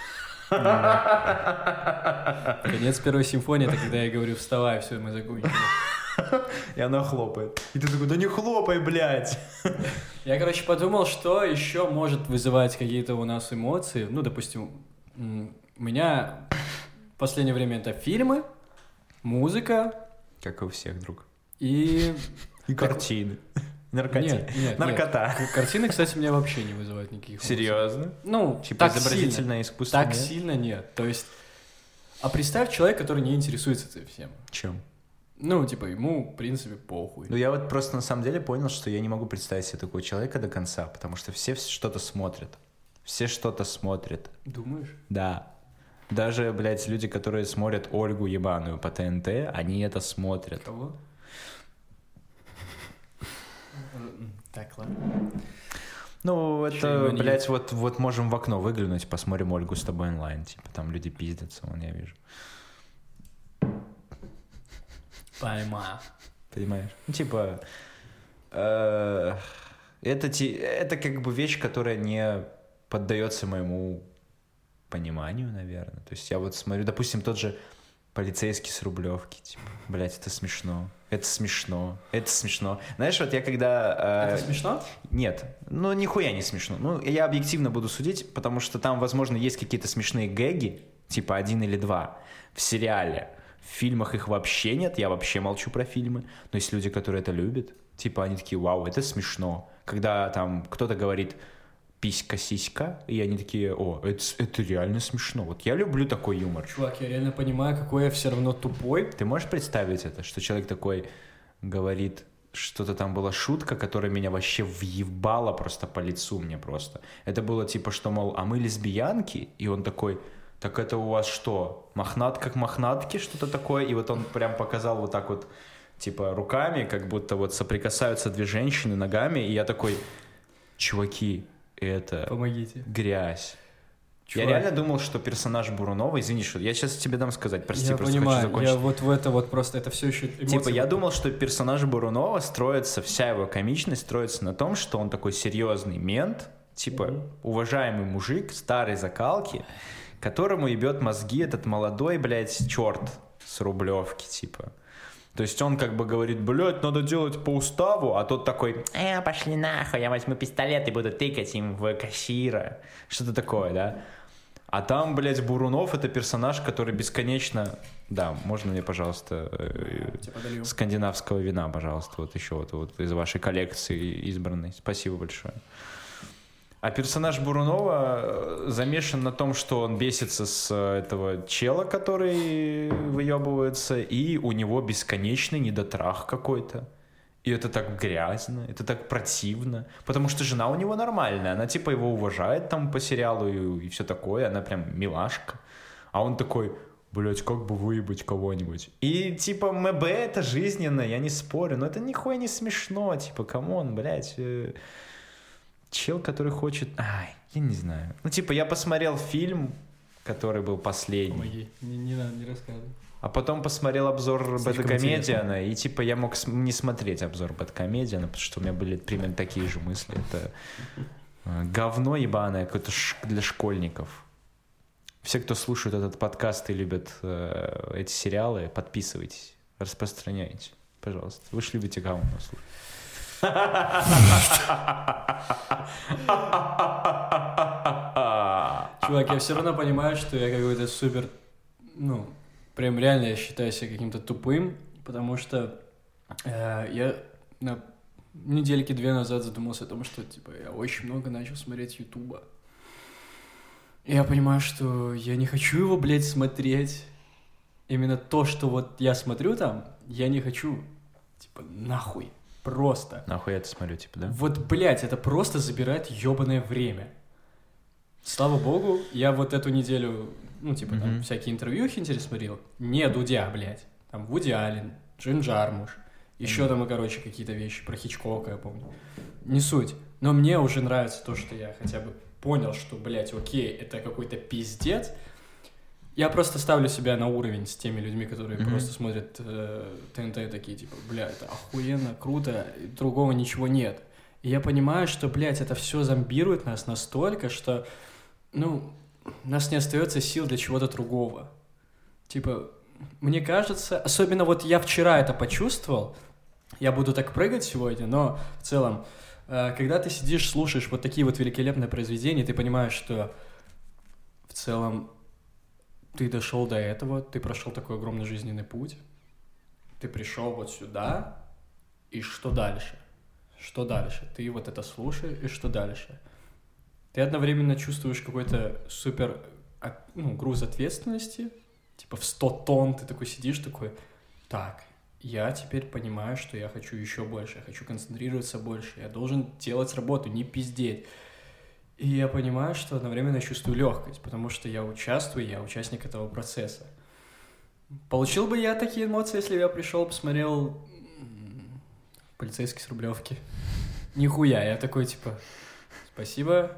Конец первой симфонии, это когда я говорю, вставай, все, мы закончили. И она хлопает. И ты такой, да не хлопай, блядь. Я, короче, подумал, что еще может вызывать какие-то у нас эмоции. Ну, допустим, у меня в последнее время это фильмы, музыка. Как и у всех, друг. И картины. Нет. Наркота. Картины, кстати, меня вообще не вызывают никаких эмоций. Серьезно? Ну, типа так изобразительное искусство? Так сильно нет. То есть, а представь человека, который не интересуется этим всем. Чем? Ну, типа, ему, в принципе, похуй. Ну, я вот просто на самом деле понял, что я не могу представить себе такого человека до конца, потому что все что-то смотрят. Все что-то смотрят. Думаешь? Да. Даже, блядь, люди, которые смотрят Ольгу ебаную по ТНТ, они это смотрят. Кого? Так, ладно. Ну, это, блядь, вот можем в окно выглянуть, посмотрим Ольгу с тобой онлайн. Типа, там люди пиздятся, вон я вижу. Понимаешь? Ну, типа, это как бы вещь, которая не поддается моему пониманию, наверное. То есть я вот смотрю, допустим, тот же полицейский с Рублевки, типа, блядь, это смешно. Это смешно. Это смешно. Знаешь, вот я когда... Это смешно? Нет. Ну, нихуя не смешно. Ну, я объективно буду судить, потому что там, возможно, есть какие-то смешные гэги, типа 1 или 2 в сериале. В фильмах их вообще нет, я вообще молчу про фильмы. Но есть люди, которые это любят. Типа они такие, вау, это смешно. Когда там кто-то говорит писька-сиська, и они такие, о, это реально смешно. Вот я люблю такой юмор. Чувак, я реально понимаю, какой я все равно тупой. Ты можешь представить это, что человек такой говорит, что-то там была шутка, которая меня вообще въебала просто по лицу мне просто. Это было типа, что, мол, а мы лесбиянки? И он такой, так это у вас что, мохнат как мохнатки, что-то такое? И вот он прям показал вот так вот, типа, руками, как будто вот соприкасаются две женщины ногами, и я такой, чуваки, это помогите. Грязь. Чувак. Я реально думал, что персонаж Бурунова, извини, что я сейчас тебе дам сказать, прости, я просто понимаю, хочу закончить. Я вот в это вот просто, это все еще эмоции. Типа, я думал, что персонаж Бурунова строится, вся его комичность строится на том, что он такой серьезный мент, типа, уважаемый мужик, старой закалки, которому ебет мозги этот молодой, блядь, черт с Рублевки, типа. То есть он как бы говорит, блядь, надо делать по уставу, а тот такой, пошли нахуй, я возьму пистолет и буду тыкать им в кассира. Что-то такое, да? А там, блядь, Бурунов — это персонаж, который бесконечно... Да, можно мне, пожалуйста, скандинавского вина, пожалуйста, вот еще вот из вашей коллекции избранной. Спасибо большое. А персонаж Бурунова замешан на том, что он бесится с этого чела, который выебывается, и у него бесконечный недотрах какой-то. И это так грязно, это так противно. Потому что жена у него нормальная, она типа его уважает там по сериалу и все такое, она прям милашка. А он такой, блять, как бы выебать кого-нибудь. И типа МБ это жизненно, я не спорю, но это нихуя не смешно, типа, камон, блять. Чел, который хочет... Ай, я не знаю. Ну, типа, я посмотрел фильм, который был последний. Помоги, не надо, не рассказывай. А потом посмотрел обзор Бэдкомедиана, и, типа, я мог не смотреть обзор Бэдкомедиана, потому что у меня были примерно такие же мысли. Это говно ебаное, какое-то для школьников. Все, кто слушает этот подкаст и любят эти сериалы, подписывайтесь, распространяйте, пожалуйста. Вы же любите говно слушать. Чувак, я все равно понимаю, что я какой-то супер, ну, прям реально я считаю себя каким-то тупым, потому что я на недельки 2 назад задумался о том, что, типа, я очень много начал смотреть Ютуба. И я понимаю, что я не хочу его, блядь, смотреть. Именно то, что вот я смотрю там, я не хочу, типа, нахуй. Просто. Нахуй я это смотрю, типа, да? Вот, блядь, это просто забирает ёбаное время. Слава богу, я вот эту неделю, ну, типа, там, всякие интервьюхи интересно смотрел. Не Дудя, блядь. Там Вуди Аллен, Джим Джармуш. Еще там, короче, какие-то вещи про Хичкока, я помню. Не суть. Но мне уже нравится то, что я хотя бы понял, что, блядь, окей, это какой-то пиздец. Я просто ставлю себя на уровень с теми людьми, которые просто смотрят ТНТ такие, типа, бля, это охуенно, круто, другого ничего нет. И я понимаю, что, блядь, это все зомбирует нас настолько, что, ну, у нас не остается сил для чего-то другого. Типа, мне кажется, особенно вот я вчера это почувствовал, я буду так прыгать сегодня, но в целом, когда ты сидишь, слушаешь вот такие вот великолепные произведения, ты понимаешь, что в целом ты дошел до этого, ты прошел такой огромный жизненный путь, ты пришел вот сюда, и что дальше? Что дальше? Ты вот это слушаешь, и что дальше? Ты одновременно чувствуешь какой-то супер, ну, груз ответственности, типа в 100 тонн ты такой сидишь, такой, так, я теперь понимаю, что я хочу еще больше, я хочу концентрироваться больше, я должен делать работу, не пиздеть. И я понимаю, что одновременно чувствую легкость, потому что я участвую, я участник этого процесса. Получил бы я такие эмоции, если бы я пришел, посмотрел «Полицейский с Рублевки»? Нихуя, я такой, типа, спасибо,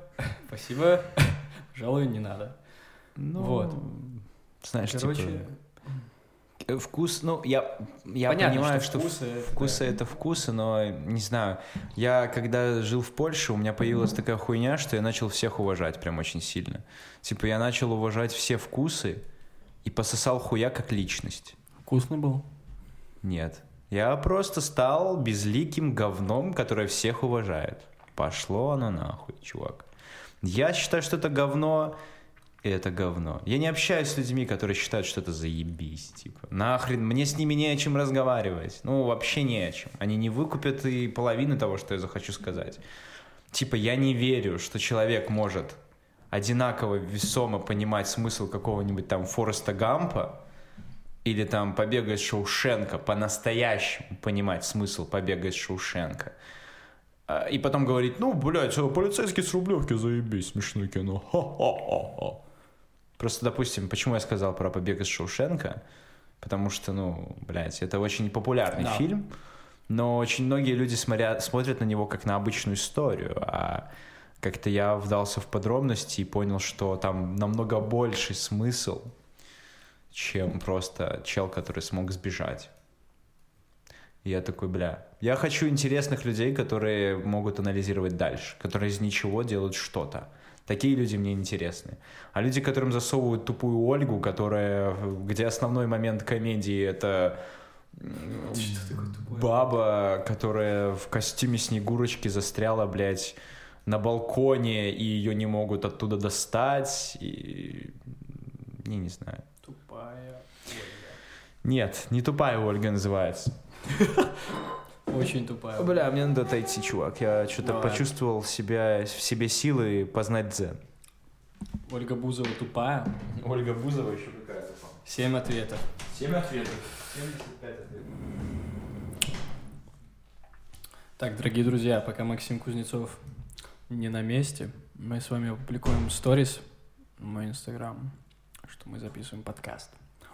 пожалуй, не надо. Ну, вот. Знаешь, короче, типа, Вкус, ну, я Понятно, понимаю, что вкусы это вкусы, но, не знаю, я когда жил в Польше, у меня появилась такая хуйня, что я начал всех уважать прям очень сильно. Типа я начал уважать все вкусы и пососал хуя как личность. Вкусно был? Нет. Я просто стал безликим говном, которое всех уважает. Пошло оно нахуй, чувак. Я считаю, что это говно... Это говно. Я не общаюсь с людьми, которые считают, что это заебись. Типа, нахрен, мне с ними не о чем разговаривать. Ну, вообще не о чем. Они не выкупят и половины того, что я захочу сказать. Типа, я не верю, что человек может одинаково весомо понимать смысл какого-нибудь там Фореста Гампа или там «Побега из Шоушенка», по-настоящему понимать смысл «Побега из Шоушенка». И потом говорить, ну, блядь, полицейский с Рублевки, заебись, смешное кино, ха-ха-ха-ха. Просто, допустим, почему я сказал про «Побег из Шоушенка»? Потому что, ну, блядь, это очень популярный фильм, но очень многие люди смотрят на него как на обычную историю, а как-то я вдался в подробности и понял, что там намного больший смысл, чем просто чел, который смог сбежать. И я такой, бля, я хочу интересных людей, которые могут анализировать дальше, которые из ничего делают что-то. Такие люди мне интересны. А люди, которым засовывают тупую Ольгу, где основной момент комедии — это баба, которая в костюме Снегурочки застряла, блядь, на балконе, и ее не могут оттуда достать. И... Я не знаю. Тупая Ольга. Нет, не тупая Ольга называется. Очень тупая. Бля, мне надо отойти, чувак. Я что-то почувствовал в себе силы познать дзен. Ольга Бузова тупая. Ольга Бузова еще какая-то. 7 ответов. 7 ответов. 75 ответов. Так, дорогие друзья, пока Максим Кузнецов не на месте, мы с вами опубликуем сторис в мой инстаграм, что мы записываем подкаст.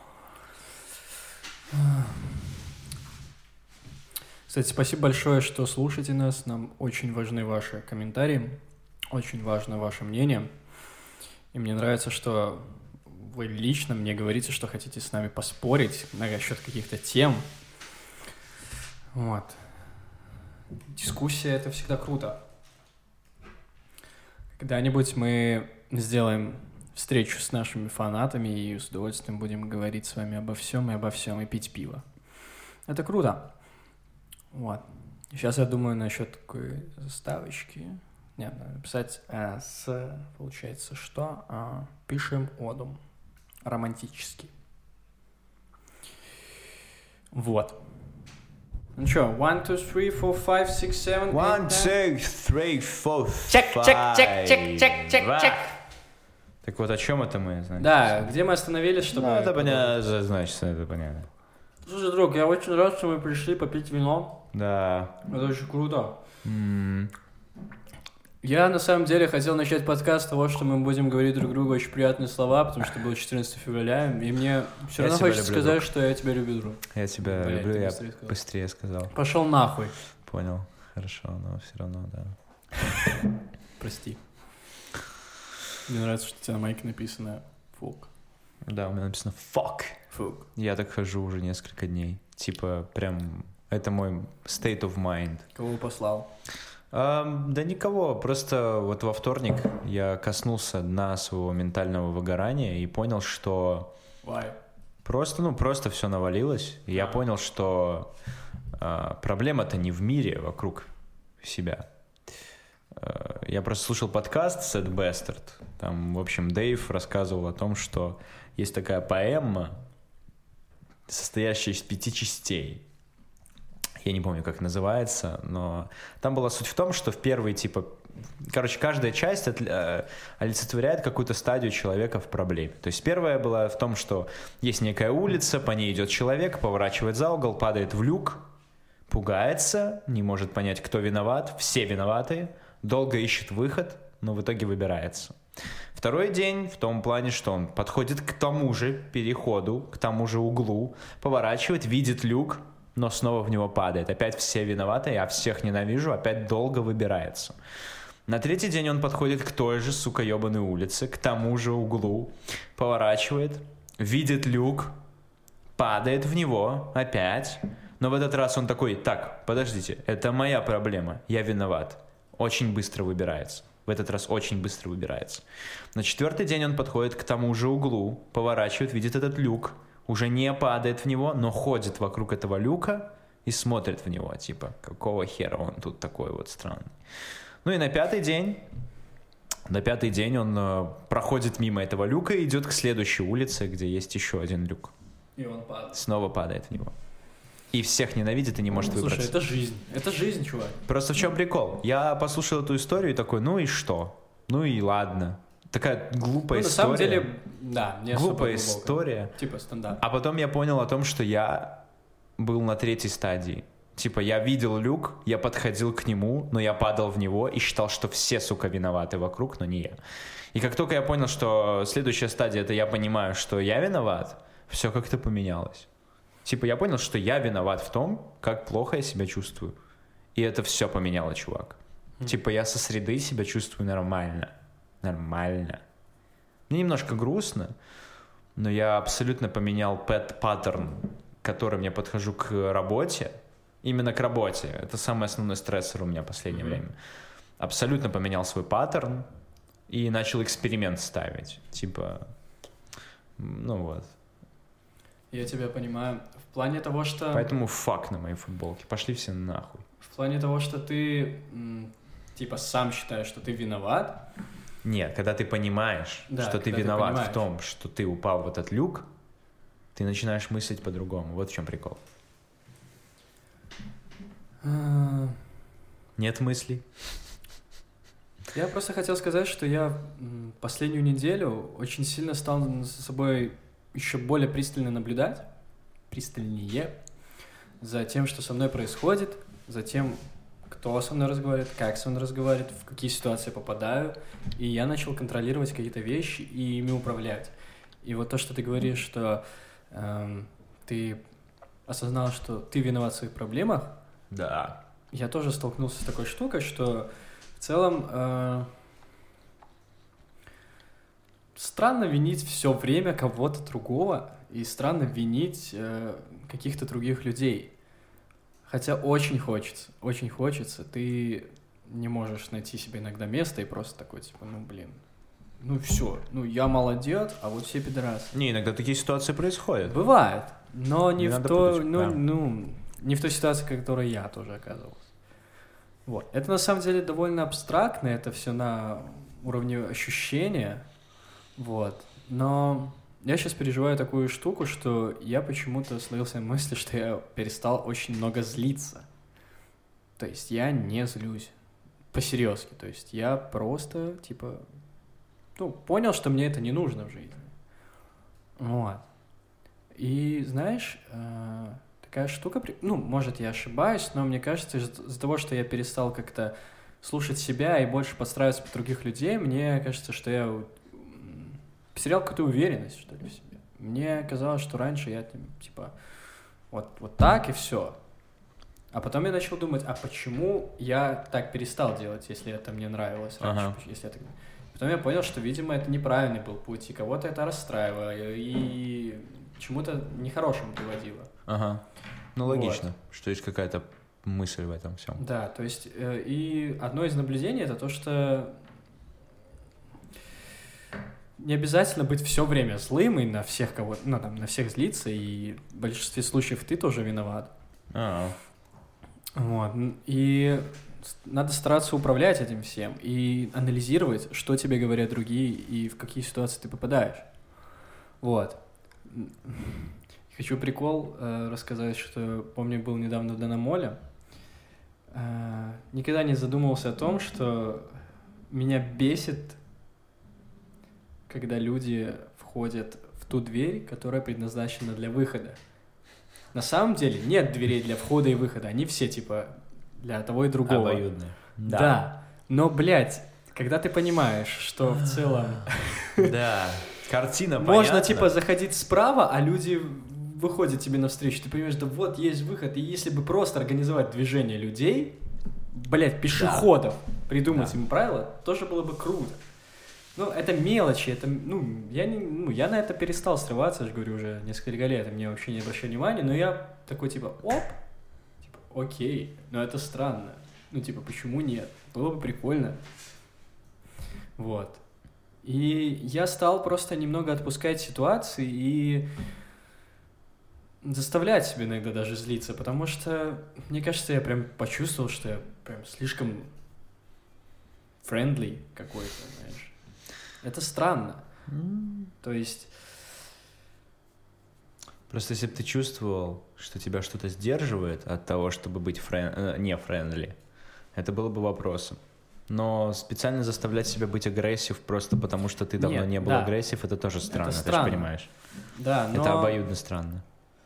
Кстати, спасибо большое, что слушаете нас. Нам очень важны ваши комментарии, очень важно ваше мнение. И мне нравится, что вы лично мне говорите, что хотите с нами поспорить насчет каких-то тем. Вот. Дискуссия — это всегда круто. Когда-нибудь мы сделаем встречу с нашими фанатами и с удовольствием будем говорить с вами обо всем и пить пиво. Это круто. Вот. Сейчас я думаю насчет такой заставочки. Нет, надо написать получается, что? Пишем оду. Романтический. Вот. Ну что, 1, 2, 3, 4, 5, 6, 7, 8, 1, 2, 3, 4, 5. Так вот, о чем это мы, значит? Да, где мы остановились, чтобы... Ну, это понятно, значит, это понятно. Слушай, друг, я очень рад, что мы пришли попить вино. Да. Это очень круто. Я, на самом деле, хотел начать подкаст с того, что мы будем говорить друг другу очень приятные слова, потому что было 14 февраля, и мне все равно хочется сказать, что я тебя люблю, друг. Я тебя люблю, я быстрее сказал. Пошел нахуй. Понял, хорошо, но все равно, да. Прости. Мне нравится, что у тебя на майке написано «фук». Да, у меня написано «fuck». Фук. Я так хожу уже несколько дней. Типа, прям, это мой state of mind. Кого послал? Да никого, просто вот во вторник я коснулся дна своего ментального выгорания и понял, что просто все навалилось. И я понял, что проблема-то не в мире вокруг себя. Я просто слушал подкаст Sad Bastard. Там, в общем, Дэйв рассказывал о том, что есть такая поэма, состоящая из 5 частей. Я не помню, как называется, но там была суть в том, что в первой, каждая часть олицетворяет какую-то стадию человека в проблеме. То есть первая была в том, что есть некая улица, по ней идет человек, поворачивает за угол, падает в люк, пугается, не может понять, кто виноват, все виноваты, долго ищет выход, но в итоге выбирается. Второй день в том плане, что он подходит к тому же переходу, к тому же углу, поворачивает, видит люк, но снова в него падает. Опять все виноваты, я всех ненавижу, опять долго выбирается. На третий день он подходит к той же, сука, ебаной улице, к тому же углу, поворачивает, видит люк, падает в него опять, но в этот раз он такой: так, подождите, это моя проблема, я виноват. Очень быстро выбирается. В этот раз очень быстро выбирается. На 4-й день он подходит к тому же углу, поворачивает, видит этот люк, уже не падает в него, но ходит вокруг этого люка и смотрит в него, типа, какого хера он тут такой вот странный. Ну и на 5-й день он проходит мимо этого люка и идет к следующей улице, где есть еще один люк. И он падает. Снова падает в него. И всех ненавидит и не может выбраться. Слушай, это жизнь, чувак. Просто в чем прикол? Я послушал эту историю и такой: ну и что? Ну и ладно. Такая глупая история. На самом деле, да, не особо глупая история. Типа стандарт. А потом я понял о том, что я был на 3-й стадии. Типа я видел люк, я подходил к нему, но я падал в него и считал, что все, сука, виноваты вокруг, но не я. И как только я понял, что следующая стадия — это я понимаю, что я виноват, все как-то поменялось. Типа я понял, что я виноват в том, как плохо я себя чувствую. И это все поменяло, чувак. Типа я со среды себя чувствую нормально. Нормально. Мне немножко грустно, но я абсолютно поменял паттерн, к которым я подхожу к работе. Именно к работе. Это самый основной стрессор у меня в последнее время. Абсолютно поменял свой паттерн и начал эксперимент ставить. Типа, ну вот. Я тебя понимаю. В плане того, что... Поэтому фак на моей футболке. Пошли все нахуй. В плане того, что ты, типа, сам считаешь, что ты виноват. Нет, когда ты понимаешь, что ты виноват в том, что ты упал в этот люк, ты начинаешь мыслить по-другому. Вот в чем прикол. Нет мыслей? Я просто хотел сказать, что я последнюю неделю очень сильно стал за собой еще более пристально наблюдать, пристальнее, за тем, что со мной происходит, за тем, кто со мной разговаривает, как со мной разговаривает, в какие ситуации я попадаю. И я начал контролировать какие-то вещи и ими управлять. И вот то, что ты говоришь, что ты осознал, что ты виноват в своих проблемах, да. Я тоже столкнулся с такой штукой, что в целом странно винить все время кого-то другого и странно винить каких-то других людей. Хотя очень хочется, ты не можешь найти себе иногда место и просто такой, типа, ну, блин, ну, все, ну, я молодец, а вот все пидорасы. Не, иногда такие ситуации происходят. Бывает, но не в той, не в той ситуации, в которой я тоже оказывался. Вот. Это на самом деле довольно абстрактно, это все на уровне ощущения, вот. Но я сейчас переживаю такую штуку, что я почему-то словился на мысли, что я перестал очень много злиться. То есть я не злюсь по-серьезки. То есть я просто, типа, понял, что мне это не нужно в жизни. Вот. И, знаешь, такая штука... может, я ошибаюсь, но мне кажется, из-за того, что я перестал как-то слушать себя и больше подстраиваться под других людей, мне кажется, что я потерял какую-то уверенность, что ли, в себе. Мне казалось, что раньше я, типа, вот так и все. А потом я начал думать, а почему я так перестал делать, если это мне нравилось раньше? Если это... Потом я понял, что, видимо, это неправильный был путь, и кого-то это расстраивало, и к чему-то нехорошему приводило. Ага. Ну, логично, что есть какая-то мысль в этом всем. Да, то есть, и одно из наблюдений — это то, что не обязательно быть все время злым и на всех кого-то, на всех злиться, и в большинстве случаев ты тоже виноват. Вот. И надо стараться управлять этим всем и анализировать, что тебе говорят другие и в какие ситуации ты попадаешь. Вот. Хочу прикол рассказать, что, помню, был недавно в Данамоле. Никогда не задумывался о том, что меня бесит, когда люди входят в ту дверь, которая предназначена для выхода. На самом деле нет дверей для входа и выхода, они все, типа, для того и другого. Обоюдные. Да. Но, блядь, когда ты понимаешь, что в целом... Да, картина понятна. Можно, типа, заходить справа, а люди выходят тебе навстречу. Ты понимаешь, да вот есть выход, и если бы просто организовать движение людей, блядь, пешеходов, придумать им правила, тоже было бы круто. Ну, это мелочи, это, я на это перестал срываться, я же говорю, уже несколько лет, мне вообще не обращаю внимания, но я такой, типа, окей, но это странно, почему нет, было бы прикольно, вот, и я стал просто немного отпускать ситуации и заставлять себя иногда даже злиться, потому что, мне кажется, я прям почувствовал, что я прям слишком friendly какой-то, знаешь. Это странно. То есть... Просто если бы ты чувствовал, что тебя что-то сдерживает от того, чтобы быть не friendly, это было бы вопросом. Но специально заставлять себя быть агрессив просто потому, что ты давно не был агрессив, это тоже странно, ты же понимаешь. Да, но... Это обоюдно странно.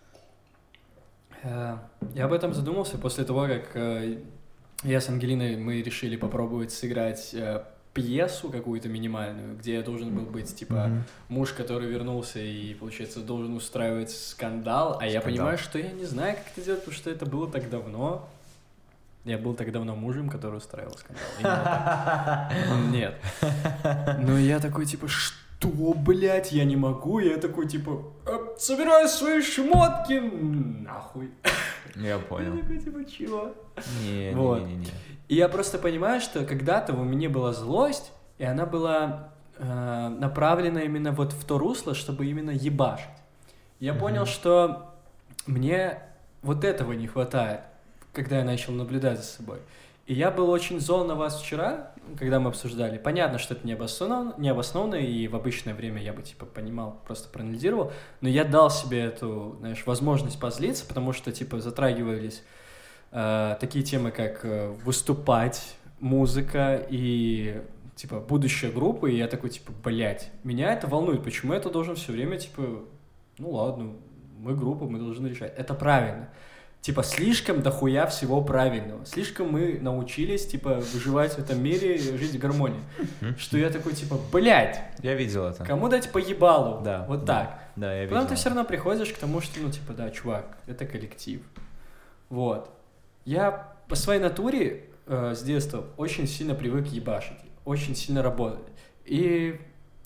Я об этом задумался после того, как я с Ангелиной, мы решили попробовать сыграть пьесу какую-то минимальную, где я должен был быть, типа, муж, который вернулся и, получается, должен устраивать скандал, я понимаю, что я не знаю, как это делать, потому что это было так давно. Я был так давно мужем, который устраивал скандал. Нет. Но я такой, типа, что, блядь, я не могу? Я такой, типа, собираю свои шмотки, нахуй. Я понял. Я такой, типа, чего? Не. И я просто понимаю, что когда-то во мне была злость, и она была направлена именно вот в то русло, чтобы именно ебашить. Я понял, что мне вот этого не хватает, когда я начал наблюдать за собой. И я был очень зол на вас вчера, когда мы обсуждали. Понятно, что это необоснованно, и в обычное время я бы, типа, понимал, просто проанализировал, но я дал себе эту, знаешь, возможность позлиться, потому что, типа, затрагивались такие темы, как выступать, музыка и, типа, будущее группы, и я такой, типа, блядь, меня это волнует, почему я это должен все время, типа, ну ладно, мы группа, мы должны решать. Это правильно. Типа, слишком дохуя всего правильного. Слишком мы научились, типа, выживать в этом мире, жить в гармонии. Что я такой, типа, блядь. Я видел это. Кому дать по ебалу? Да. Вот так. Да, я видел. Потом ты все равно приходишь к тому, что, типа, да, чувак, это коллектив. Вот. Я по своей натуре с детства очень сильно привык ебашить. Очень сильно работать. И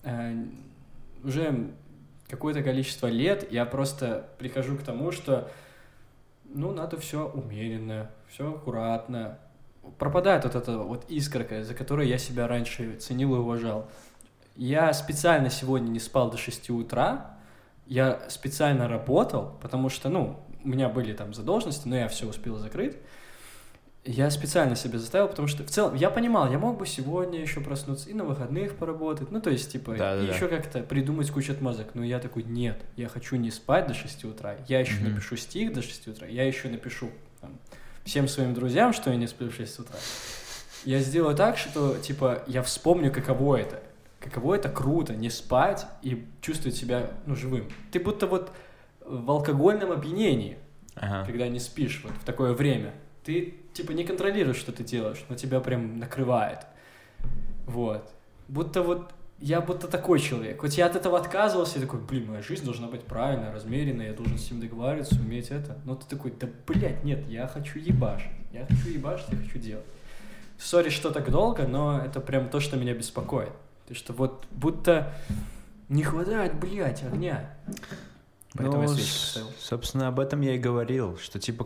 уже какое-то количество лет я просто прихожу к тому, что надо все умеренно, все аккуратно. Пропадает вот эта вот искорка, за которой я себя раньше ценил и уважал. Я специально сегодня не спал до 6 утра, я специально работал, потому что, у меня были там задолженности, но я все успел закрыть. Я специально себя заставил, потому что в целом я понимал, я мог бы сегодня еще проснуться и на выходных поработать, еще как-то придумать кучу отмазок, но я такой, нет, я хочу не спать до 6 утра, я еще напишу стих до 6 утра, я еще напишу всем своим друзьям, что я не сплю в 6 утра. Я сделаю так, что, типа, я вспомню, каково это круто, не спать и чувствовать себя, живым. Ты будто вот в алкогольном опьянении, когда не спишь вот в такое время. Ты, типа, не контролируешь, что ты делаешь, но тебя прям накрывает. Вот. Я будто такой человек. Хоть я от этого отказывался, я такой, моя жизнь должна быть правильная, размеренная, я должен с ним договариваться, уметь это. Но ты такой, да, блядь, нет, я хочу ебашить, я хочу делать. Сори, что так долго, но это прям то, что меня беспокоит. То, что вот будто не хватает, блядь, огня. Поэтому я свечку поставил. Собственно, об этом я и говорил, что, типа,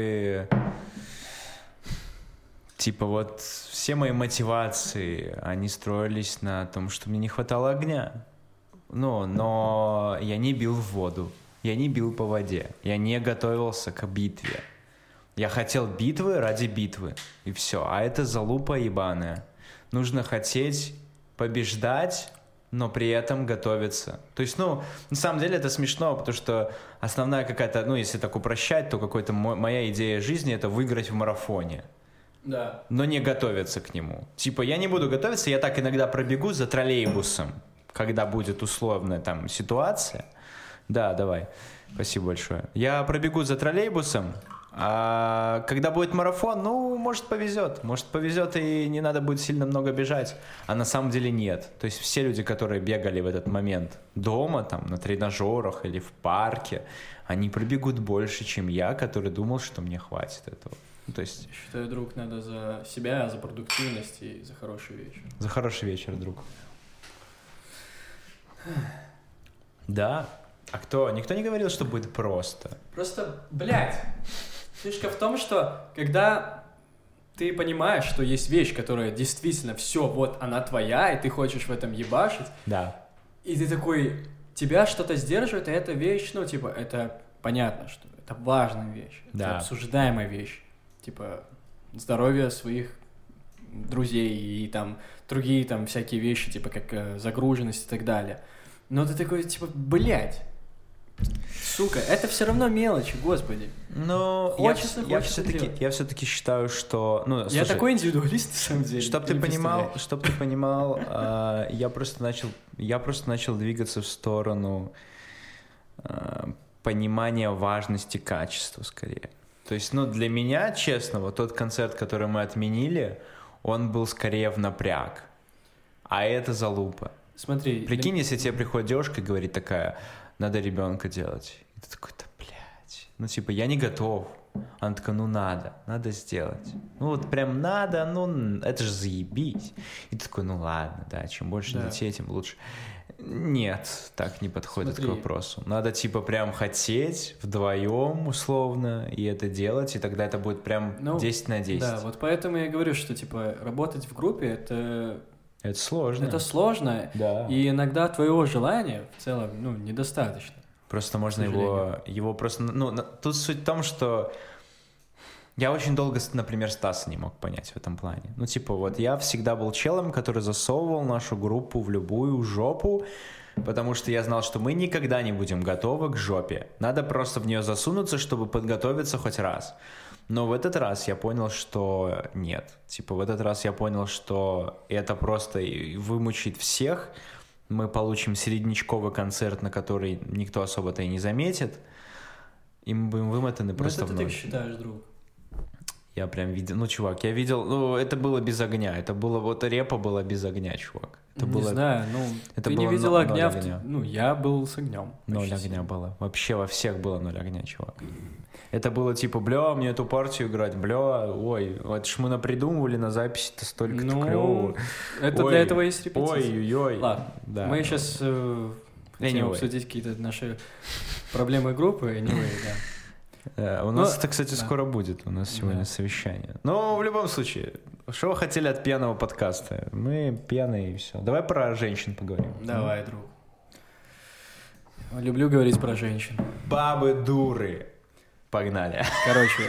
вот все мои мотивации, они строились на том, что мне не хватало огня. Но я не бил в воду, я не бил по воде, я не готовился к битве. Я хотел битвы ради битвы, и все. А это залупа ебаная. Нужно хотеть побеждать, но при этом готовиться. То есть, на самом деле это смешно, потому что основная какая-то, если так упрощать, то какая-то моя идея жизни — это выиграть в марафоне. Да. Но не готовиться к нему. Типа, я не буду готовиться, я так иногда пробегу за троллейбусом, когда будет условная там ситуация. Да, давай. Спасибо большое. Я пробегу за троллейбусом, а когда будет марафон, может повезет и не надо будет сильно много бежать, а на самом деле нет. То есть все люди, которые бегали в этот момент дома, там, на тренажерах или в парке, они пробегут больше, чем я, который думал, что мне хватит этого. То есть... Я считаю, друг, надо за себя, за продуктивность и за хороший вечер. За хороший вечер, друг. Да. А кто? Никто не говорил, что будет просто. Просто, блядь, фишка в том, что когда ты понимаешь, что есть вещь, которая действительно все, вот она твоя, и ты хочешь в этом ебашить. Да. И ты такой, тебя что-то сдерживает, и эта вещь, ну, типа, это понятно, что это важная вещь, да. это обсуждаемая вещь. Типа, здоровье своих друзей и там другие там всякие вещи, типа, как загруженность и так далее. Но ты такой, типа, блядь, сука, это все равно мелочи, господи. Но я все-таки считаю, что... Ну, слушай, я такой индивидуалист, на самом деле. Чтоб ты понимал, я просто начал двигаться в сторону понимания важности качества, скорее. То есть, ну, для меня, честно, вот тот концерт, который мы отменили, он был скорее в напряг. А это залупа. Смотри. Прикинь, если тебе приходит девушка и говорит такая, надо ребенка делать. И ты такой, да, блядь. Ну, типа, я не готов. Она такая, ну, надо сделать. Ну, вот прям надо, ну, это же заебись. И ты такой, ну, ладно, да, чем больше детей, тем лучше. Нет, так не подходит к вопросу. Надо, типа, прям хотеть вдвоем, условно, и это делать, и тогда это будет прям 10 на 10. Да, вот поэтому я говорю, что, типа, работать в группе — это сложно. Это сложно, да. И иногда твоего желания в целом, ну, недостаточно. Просто можно его просто... Ну, тут суть в том, что я очень долго, например, Стаса не мог понять в этом плане. Ну, типа, вот я всегда был челом, который засовывал нашу группу в любую жопу, потому что я знал, что мы никогда не будем готовы к жопе. Надо просто в нее засунуться, чтобы подготовиться хоть раз. Но в этот раз я понял, что нет. Типа, в этот раз я понял, что это просто вымучит всех. Мы получим середнячковый концерт, на который никто особо-то и не заметит. И мы будем вымотаны просто в ноль. Это ты считаешь, друг? Я прям видел... Ну, чувак, я видел... Ну, это было без огня. Это было... Вот репа была без огня, чувак. Это не было... знаю, ну... Это ты было не видел огня. огня. Ну, я был с огнем. 0 огня было. Вообще во всех было 0 огня, чувак. Это было типа, бля, мне эту партию играть, бля, ой, это ж мы напридумывали на записи-то столько-то клёвого. Это для этого есть репетиция. Ой-ой-ой. Ладно, да. Мы сейчас хотим обсудить какие-то наши проблемы группы. У нас это, кстати, скоро будет. У нас сегодня совещание. Но в любом случае, что вы хотели от пьяного подкаста? Мы пьяные и все. Давай про женщин поговорим. Давай, друг. Люблю говорить про женщин. Бабы дуры. Погнали. Короче,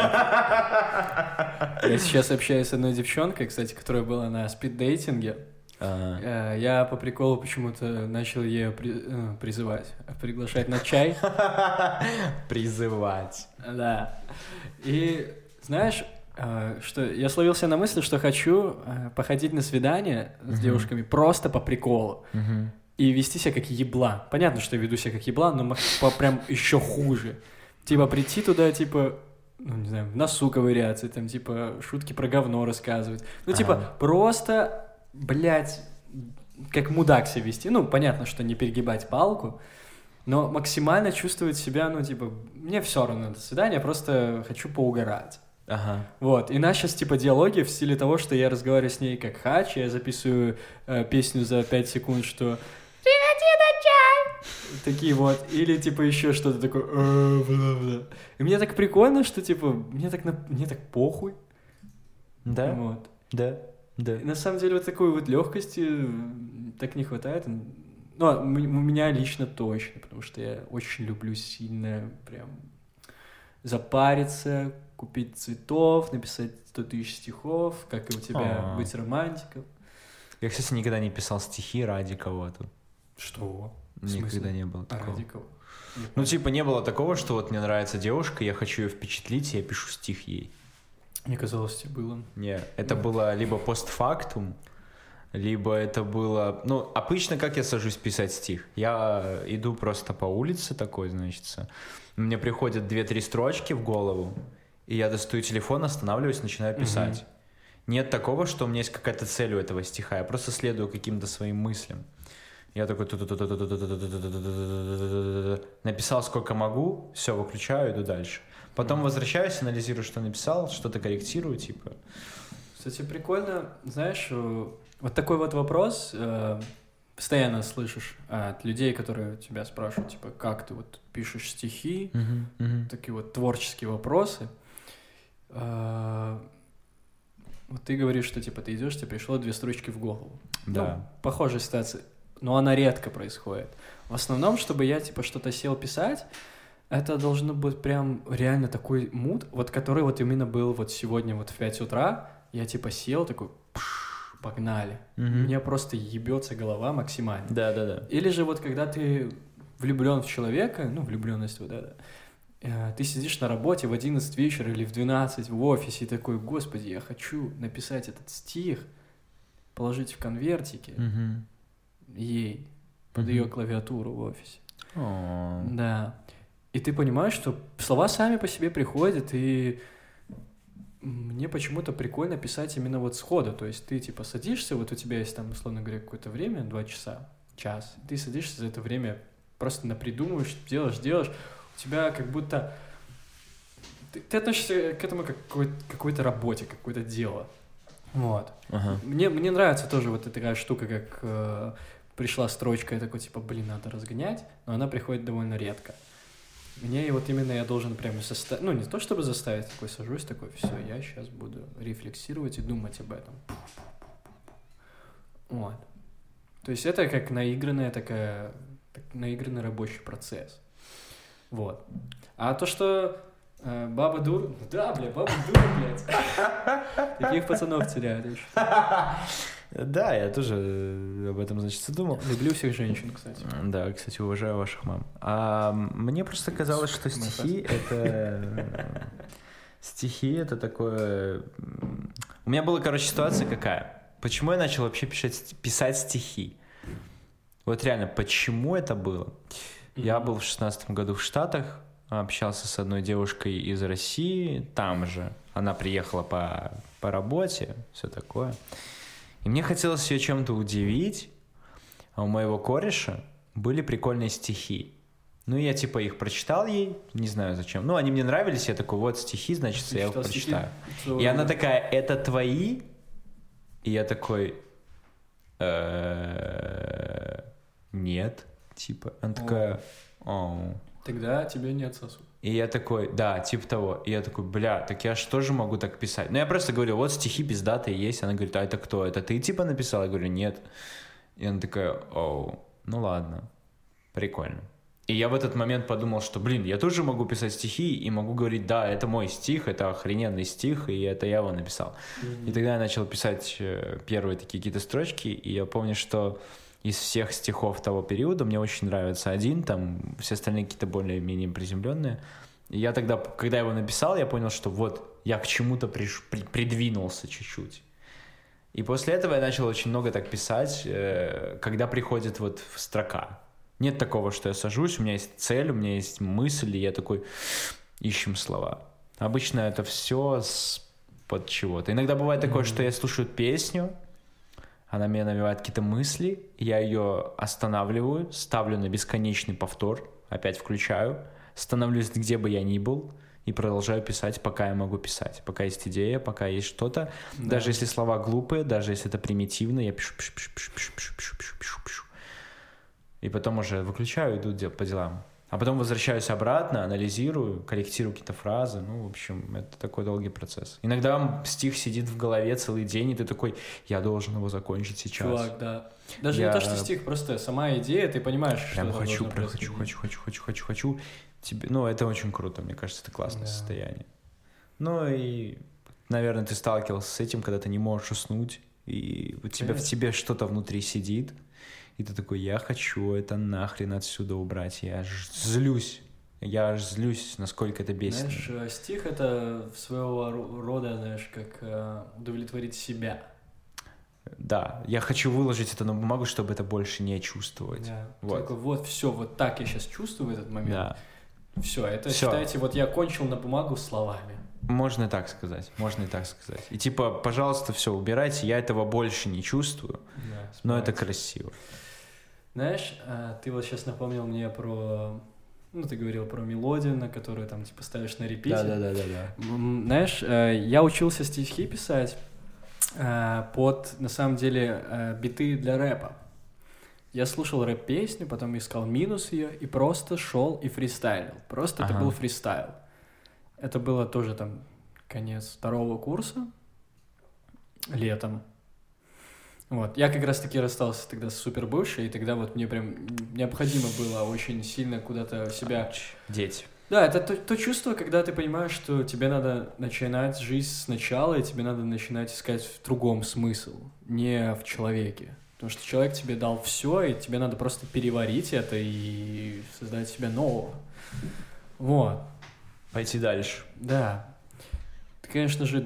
я сейчас общаюсь с одной девчонкой, кстати, которая была на спиддейтинге. Я по приколу почему-то начал ее призывать, приглашать на чай. Призывать. Да. И знаешь, что я словился на мысли, что хочу походить на свидание с девушками просто по приколу. И вести себя как еблан. Понятно, что я веду себя как еблан, но прям еще хуже. Типа прийти туда, типа, ну, не знаю, в носу ковыряться, там, типа, шутки про говно рассказывать. Ну, типа, просто, блядь, как мудак себя вести. Ну, понятно, что не перегибать палку, но максимально чувствовать себя, ну, типа, мне все равно на свидание, просто хочу поугарать. Ага. Вот, и нас сейчас, типа, диалоги в стиле того, что я разговариваю с ней как хач, я записываю песню за 5 секунд, что «Приходи на чай!» Такие вот, или, типа, еще что-то такое бла-бла. И мне так прикольно, что, типа, мне так похуй. Да? Вот. Да. Да. И на самом деле вот такой вот легкости так не хватает. Ну, у меня лично точно, потому что я очень люблю сильно прям запариться, купить цветов, написать 100 тысяч стихов, как и у тебя быть романтиком. Я, кстати, никогда не писал стихи ради кого-то. Что? Никогда не было такого. Ради кого? Ну, типа, не было такого, что вот мне нравится девушка, я хочу ее впечатлить, и я пишу стих ей. Мне казалось, тебе было. Не, это было либо постфактум, либо это было... Ну, обычно как я сажусь писать стих? Я иду просто по улице такой, значит, мне приходят 2-3 строчки в голову, и я достаю телефон, останавливаюсь, начинаю писать. Нет такого, что у меня есть какая-то цель у этого стиха, я просто следую каким-то своим мыслям. Я такой написал сколько могу, все, выключаю, иду дальше. Потом возвращаюсь, анализирую, что написал, что-то корректирую, типа. Кстати, прикольно, знаешь, вот такой вот вопрос постоянно слышишь от людей, которые тебя спрашивают, типа, как ты вот пишешь стихи, такие вот творческие вопросы. Вот ты говоришь, что, типа, ты идешь, тебе пришло 2 строчки в голову. Да. Ну, похожая ситуация, но она редко происходит. В основном, чтобы я, типа, что-то сел писать, это должно быть прям реально такой муд, вот который вот именно был вот сегодня вот в 5 утра, я, типа, сел такой, погнали. У меня просто ебется голова максимально. Да. Или же вот когда ты влюблен в человека, ну, влюбленность вот эта, ты сидишь на работе в 11 вечера или в 12 в офисе и такой, господи, я хочу написать этот стих, положить в конвертике ей под ее клавиатуру в офисе. Да. И ты понимаешь, что слова сами по себе приходят, и мне почему-то прикольно писать именно вот сходу. То есть ты типа садишься, вот у тебя есть там, условно говоря, какое-то время, 2 часа, час, ты садишься за это время, просто напридумываешь, делаешь, у тебя как будто... Ты относишься к этому как к какой-то работе, как какое-то дело. Вот. Мне нравится тоже вот такая штука, как пришла строчка, я такой, типа, блин, надо разгонять, но она приходит довольно редко. Мне вот именно я должен прямо ну, не то чтобы заставить, такой сажусь, такой, все, я сейчас буду рефлексировать и думать об этом. Вот. То есть это как наигранный рабочий процесс. Вот. А то, что баба дура... Да, баба дура, блядь. Таких пацанов теряют еще. Да, я тоже об этом, значит, думал. Люблю всех женщин, кстати. Да, кстати, уважаю ваших мам. А мне просто казалось, что стихи это... Стихи это такое... У меня была, короче, ситуация какая. Почему я начал вообще писать стихи? Вот реально, почему это было? Я был в 16-м году в Штатах, общался с одной девушкой из России, там же. Она приехала по работе, все такое. И мне хотелось ее чем-то удивить, а у моего кореша были прикольные стихи. Ну, я типа их прочитал ей, не знаю зачем. Ну, они мне нравились, я такой, вот стихи, значит, я их прочитаю. И она такая, это твои? И я такой, нет, типа. Она такая, Тогда тебе не отсосут. И я такой, да, типа того. И я такой, бля, так я что же могу так писать? Ну, я просто говорю, вот стихи пиздатые есть. Она говорит, а это кто? Это ты типа написал? Я говорю, нет. И она такая, ну ладно, прикольно. И я в этот момент подумал, что, блин, я тоже могу писать стихи и могу говорить, да, это мой стих, это охрененный стих, и это я его написал. И тогда я начал писать первые такие какие-то строчки, и я помню, что из всех стихов того периода мне очень нравится один, там все остальные какие-то более-менее приземленные. И я тогда, когда его написал, я понял, что вот я к чему-то придвинулся чуть-чуть. И после этого я начал очень много так писать, когда приходит вот строка. Нет такого, что я сажусь, у меня есть цель, у меня есть мысль, и я такой, ищем слова. Обычно это все под чего-то. Иногда бывает такое, что я слушаю песню, она мне навевает какие-то мысли, я ее останавливаю, ставлю на бесконечный повтор, опять включаю, становлюсь где бы я ни был и продолжаю писать, пока я могу писать. Пока есть идея, пока есть что-то. Да. Даже если слова глупые, даже если это примитивно, я пишу. И потом уже выключаю, иду по делам. А потом возвращаюсь обратно, анализирую, корректирую какие-то фразы. Ну, в общем, это такой долгий процесс. Иногда стих сидит в голове целый день, и ты такой, я должен его закончить сейчас. Чувак, да. Даже не то, что стих, просто сама идея, ты понимаешь, прям что хочу. Тебе... Ну, это очень круто, мне кажется, это классное состояние. Ну, и, наверное, ты сталкивался с этим, когда ты не можешь уснуть, и у тебя в тебе что-то внутри сидит, и ты такой, я хочу это нахрен отсюда убрать. Я аж злюсь, насколько это бесит. Знаешь, стих — это своего рода, знаешь, как удовлетворить себя. Да, я хочу выложить это на бумагу, чтобы это больше не чувствовать. Да. Вот. Такой, вот, все, вот так я сейчас чувствую в этот момент. Да. Все, это, считайте, вот я кончил на бумагу словами. Можно и так сказать, И типа, пожалуйста, все, убирайте, я этого больше не чувствую, но это красиво. Знаешь, ты вот сейчас напомнил мне про... Ну, ты говорил про мелодию, на которую там, типа, ставишь на репите. Да. Знаешь, я учился стихи писать под, на самом деле, биты для рэпа. Я слушал рэп-песню, потом искал минус ее и просто шел и фристайлил. Просто это был фристайл. Это было тоже там конец 2 курса, летом. Вот. Я как раз-таки расстался тогда с супер бывшей, и тогда вот мне прям необходимо было очень сильно куда-то себя... Деть. Да, это то чувство, когда ты понимаешь, что тебе надо начинать жизнь сначала, и тебе надо начинать искать в другом смысл, не в человеке. Потому что человек тебе дал все, и тебе надо просто переварить это и создать себя нового. Вот. Пойти дальше. Да. Ты, конечно же,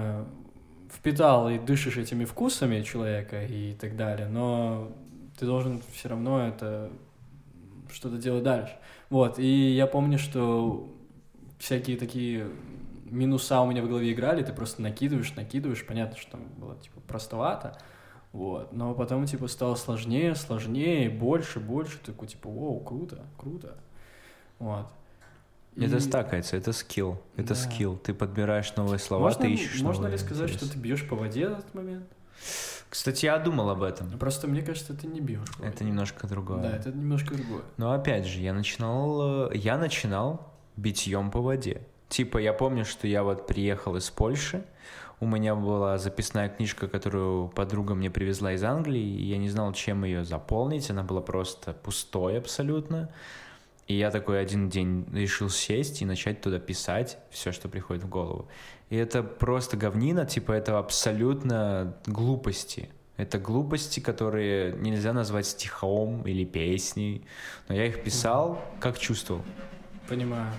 впитал и дышишь этими вкусами человека и так далее, но ты должен все равно это что-то делать дальше. Вот, и я помню, что всякие такие минуса у меня в голове играли, ты просто накидываешь, понятно, что там было, типа, простовато, вот, но потом, типа, стало сложнее, больше, такой, типа, вау, круто, вот. Это стакается, это скилл, скилл, ты подбираешь новые слова, ты ищешь Можно новые ли сказать, интересы. что ты бьешь по воде в этот момент? Кстати, я думал об этом. Просто мне кажется, ты не бьешь по воде. Это немножко другое. Да, это немножко другое. Но опять же, я начинал битьем по воде. Типа, я помню, что я вот приехал из Польши, у меня была записная книжка, которую подруга мне привезла из Англии, и я не знал, чем ее заполнить, она была просто пустой абсолютно. И я такой один день решил сесть и начать туда писать все, что приходит в голову. И это просто говнина, типа, это абсолютно глупости. Это глупости, которые нельзя назвать стихом или песней. Но я их писал, как чувствовал. Понимаю.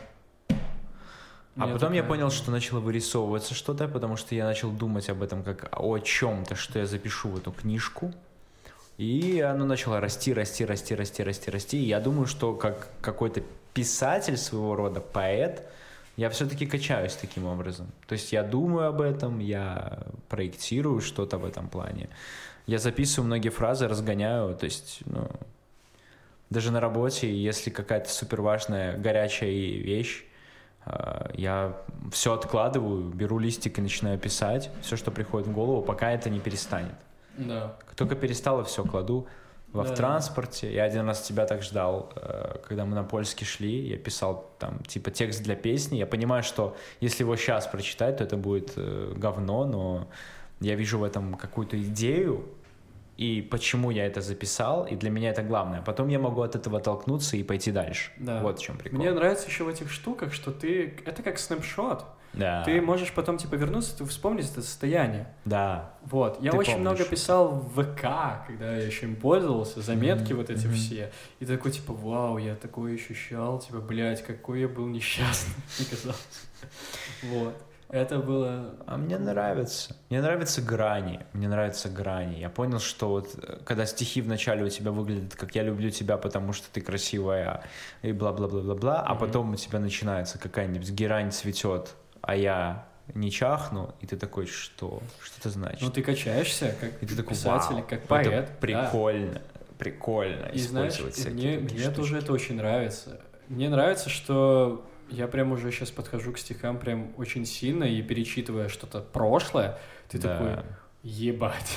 А потом я понял, что начало вырисовываться что-то, потому что я начал думать об этом как о чем-то, что я запишу в эту книжку. И оно начало расти. И я думаю, что как какой-то писатель своего рода, поэт, я все-таки качаюсь таким образом. То есть я думаю об этом, я проектирую что-то в этом плане. Я записываю многие фразы, разгоняю. То есть, даже на работе, если какая-то суперважная, горячая вещь, я все откладываю, беру листик и начинаю писать все, что приходит в голову, пока это не перестанет. Да. Как только перестало, все кладу в транспорте. Я один раз тебя так ждал, когда мы на польский шли, я писал там типа текст для песни. Я понимаю, что если его сейчас прочитать, то это будет говно, но я вижу в этом какую-то идею, и почему я это записал, и для меня это главное. Потом я могу от этого оттолкнуться и пойти дальше. Да. Вот в чем прикол. Мне нравится еще в этих штуках, что это как снапшот. Да. Ты можешь потом, типа, вернуться, ты вспомнить это состояние. Да. Вот. Я очень много писал в ВК, когда я еще им пользовался, заметки вот эти все. И такой, типа, вау, я такое ощущал, типа, блядь, какой я был несчастный, мне казалось. Вот. Это было... А мне нравится. Мне нравятся грани. Я понял, что вот когда стихи вначале у тебя выглядят как «я люблю тебя, потому что ты красивая» и бла-бла-бла-бла-бла, а потом у тебя начинается какая-нибудь «герань цветет, а я не чахну», и ты такой, что? Что это значит? Ну, ты качаешься как и ты такой, писатель, вау, как поэт. Это прикольно. Прикольно и использовать знаешь, всякие мне тоже это очень нравится. Мне нравится, что я прям уже сейчас подхожу к стихам прям очень сильно и перечитывая что-то прошлое, ты такой, ебать,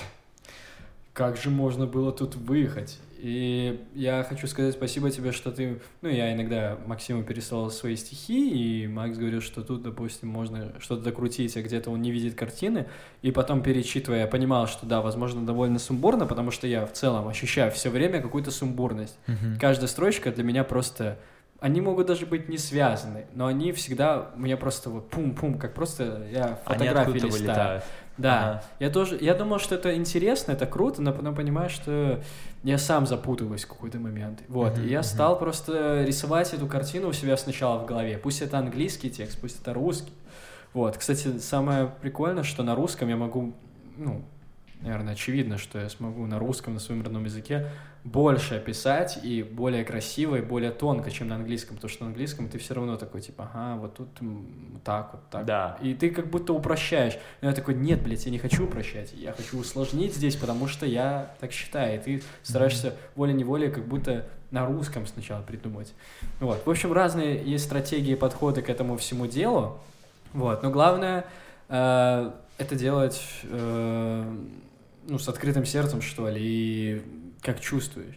как же можно было тут выехать? И я хочу сказать спасибо тебе, что ты... я иногда Максиму переслал свои стихи, и Макс говорил, что тут, допустим, можно что-то докрутить, а где-то он не видит картины, и потом, перечитывая, я понимал, что да, возможно, довольно сумбурно, потому что я в целом ощущаю все время какую-то сумбурность. Каждая строчка для меня просто... Они могут даже быть не связаны, но они всегда у меня просто вот пум-пум, как просто я фотографии листаю. Вылетают. Да, я думал, что это интересно, это круто, но потом понимаю, что я сам запутываюсь в какой-то момент. Вот, и я стал просто рисовать эту картину у себя сначала в голове. Пусть это английский текст, пусть это русский. Вот, кстати, самое прикольное, что на русском я могу, наверное, очевидно, что я смогу на русском, на своем родном языке больше описать и более красиво, и более тонко, чем на английском, потому что на английском ты все равно такой, типа, ага, вот тут так, вот так. Да. И ты как будто упрощаешь. Но я такой, нет, блядь, я не хочу упрощать, я хочу усложнить здесь, потому что я так считаю. И ты стараешься волей-неволей как будто на русском сначала придумать. Вот. В общем, разные есть стратегии и подходы к этому всему делу. Вот. Но главное это делать с открытым сердцем, что ли, и как чувствуешь.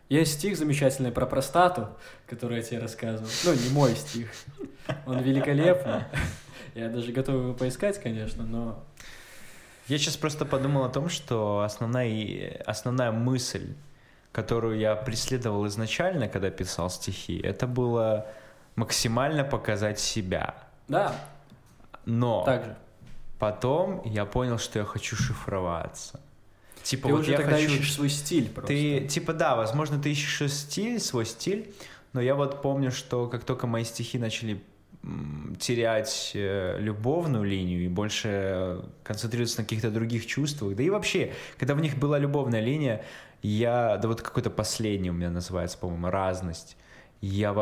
Есть стих замечательный про простату, который я тебе рассказывал. Ну, не мой стих. Он великолепный. Я даже готов его поискать, конечно, но... Я сейчас просто подумал о том, что основная мысль, которую я преследовал изначально, когда писал стихи, это было максимально показать себя. Да. Но также. Потом я понял, что я хочу шифроваться. Типа, ты вот уже я тогда хочу... ищешь свой стиль просто. Ты, типа, да, возможно, ты ищешь свой стиль, но я вот помню, что как только мои стихи начали терять любовную линию и больше концентрироваться на каких-то других чувствах, да и вообще, когда в них была любовная линия, да вот какой-то последний у меня называется, по-моему, разность, я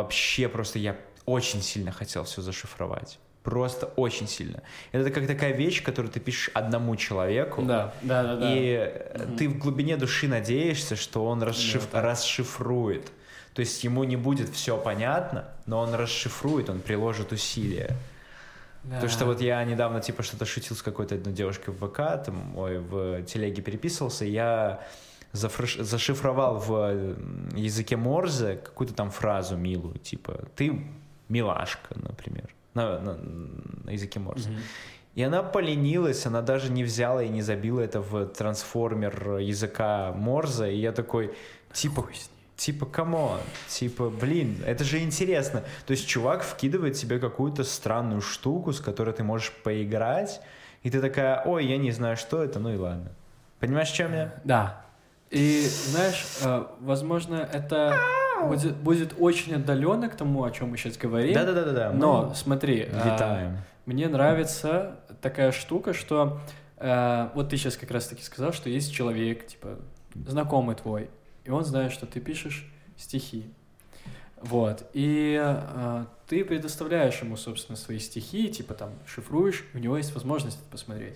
очень сильно хотел все зашифровать. Просто очень сильно. Это как такая вещь, которую ты пишешь одному человеку. Да. И ты в глубине души надеешься, что он расшифрует. То есть ему не будет все понятно, но он расшифрует, он приложит усилия. Да. Потому что вот я недавно типа что-то шутил с какой-то одной девушкой в ВК, в телеге переписывался, я зашифровал в языке Морзе какую-то там фразу милую, типа «ты милашка», например, на языке Морзе. И она поленилась, она даже не взяла и не забила это в трансформер языка Морзе, и я такой, типа, камон, типа, блин, это же интересно. То есть чувак вкидывает тебе какую-то странную штуку, с которой ты можешь поиграть, и ты такая, ой, я не знаю, что это, ну и ладно. Понимаешь, в чем я? Да. И, знаешь, возможно, это будет очень отдаленно к тому, о чем мы сейчас говорим. Да. Но, смотри, витаем. Мне нравится такая штука, что вот ты сейчас как раз-таки сказал, что есть человек, типа, знакомый твой, и он знает, что ты пишешь стихи. Вот. И ты предоставляешь ему, собственно, свои стихи, типа там шифруешь, у него есть возможность это посмотреть.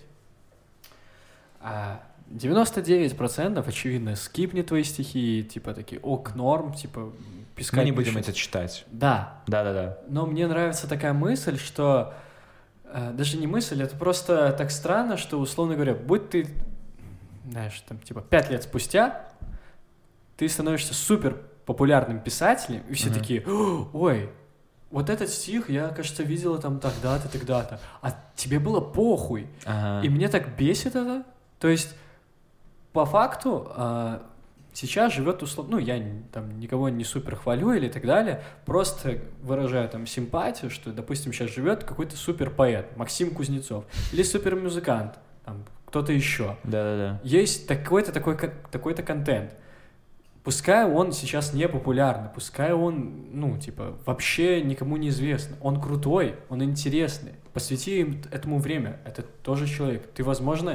99% очевидно скипнет твои стихи, типа такие норм, типа пускай мы не будем пишет. это читать. Да. Но мне нравится такая мысль, что даже не мысль, это просто так странно, что, условно говоря, будь ты, знаешь, там, типа, 5 лет спустя, ты становишься супер популярным писателем, и все такие, ой, вот этот стих я, кажется, видела там тогда-то, а тебе было похуй. И мне так бесит это. То есть, по факту, сейчас живет условно, я там никого не супер хвалю или так далее, просто выражаю там симпатию, что, допустим, сейчас живет какой-то супер поэт, Максим Кузнецов, или супер музыкант, там, кто-то еще. Да. Есть такой-то контент. Пускай он сейчас не популярный, пускай он, вообще никому не известный. Он крутой, он интересный. Посвяти этому время. Это тоже человек. Ты, возможно,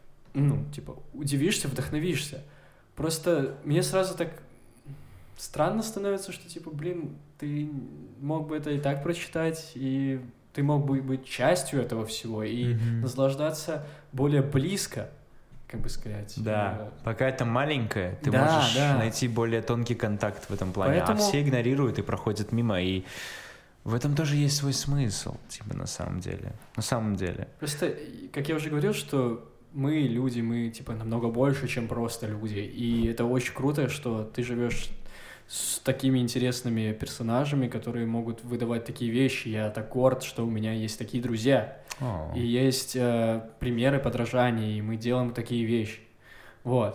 удивишься, вдохновишься. Просто мне сразу так странно становится, что, ты мог бы это и так прочитать, и ты мог бы быть частью этого всего, и наслаждаться более близко, как бы сказать. Да, пока это маленькое, ты можешь найти более тонкий контакт в этом плане, а все игнорируют и проходят мимо, и в этом тоже есть свой смысл, на самом деле. Просто, как я уже говорил, что мы люди, мы, намного больше, чем просто люди, и это очень круто, что ты живешь с такими интересными персонажами, которые могут выдавать такие вещи. Я так горд, что у меня есть такие друзья. И есть примеры подражаний, и мы делаем такие вещи. Вот.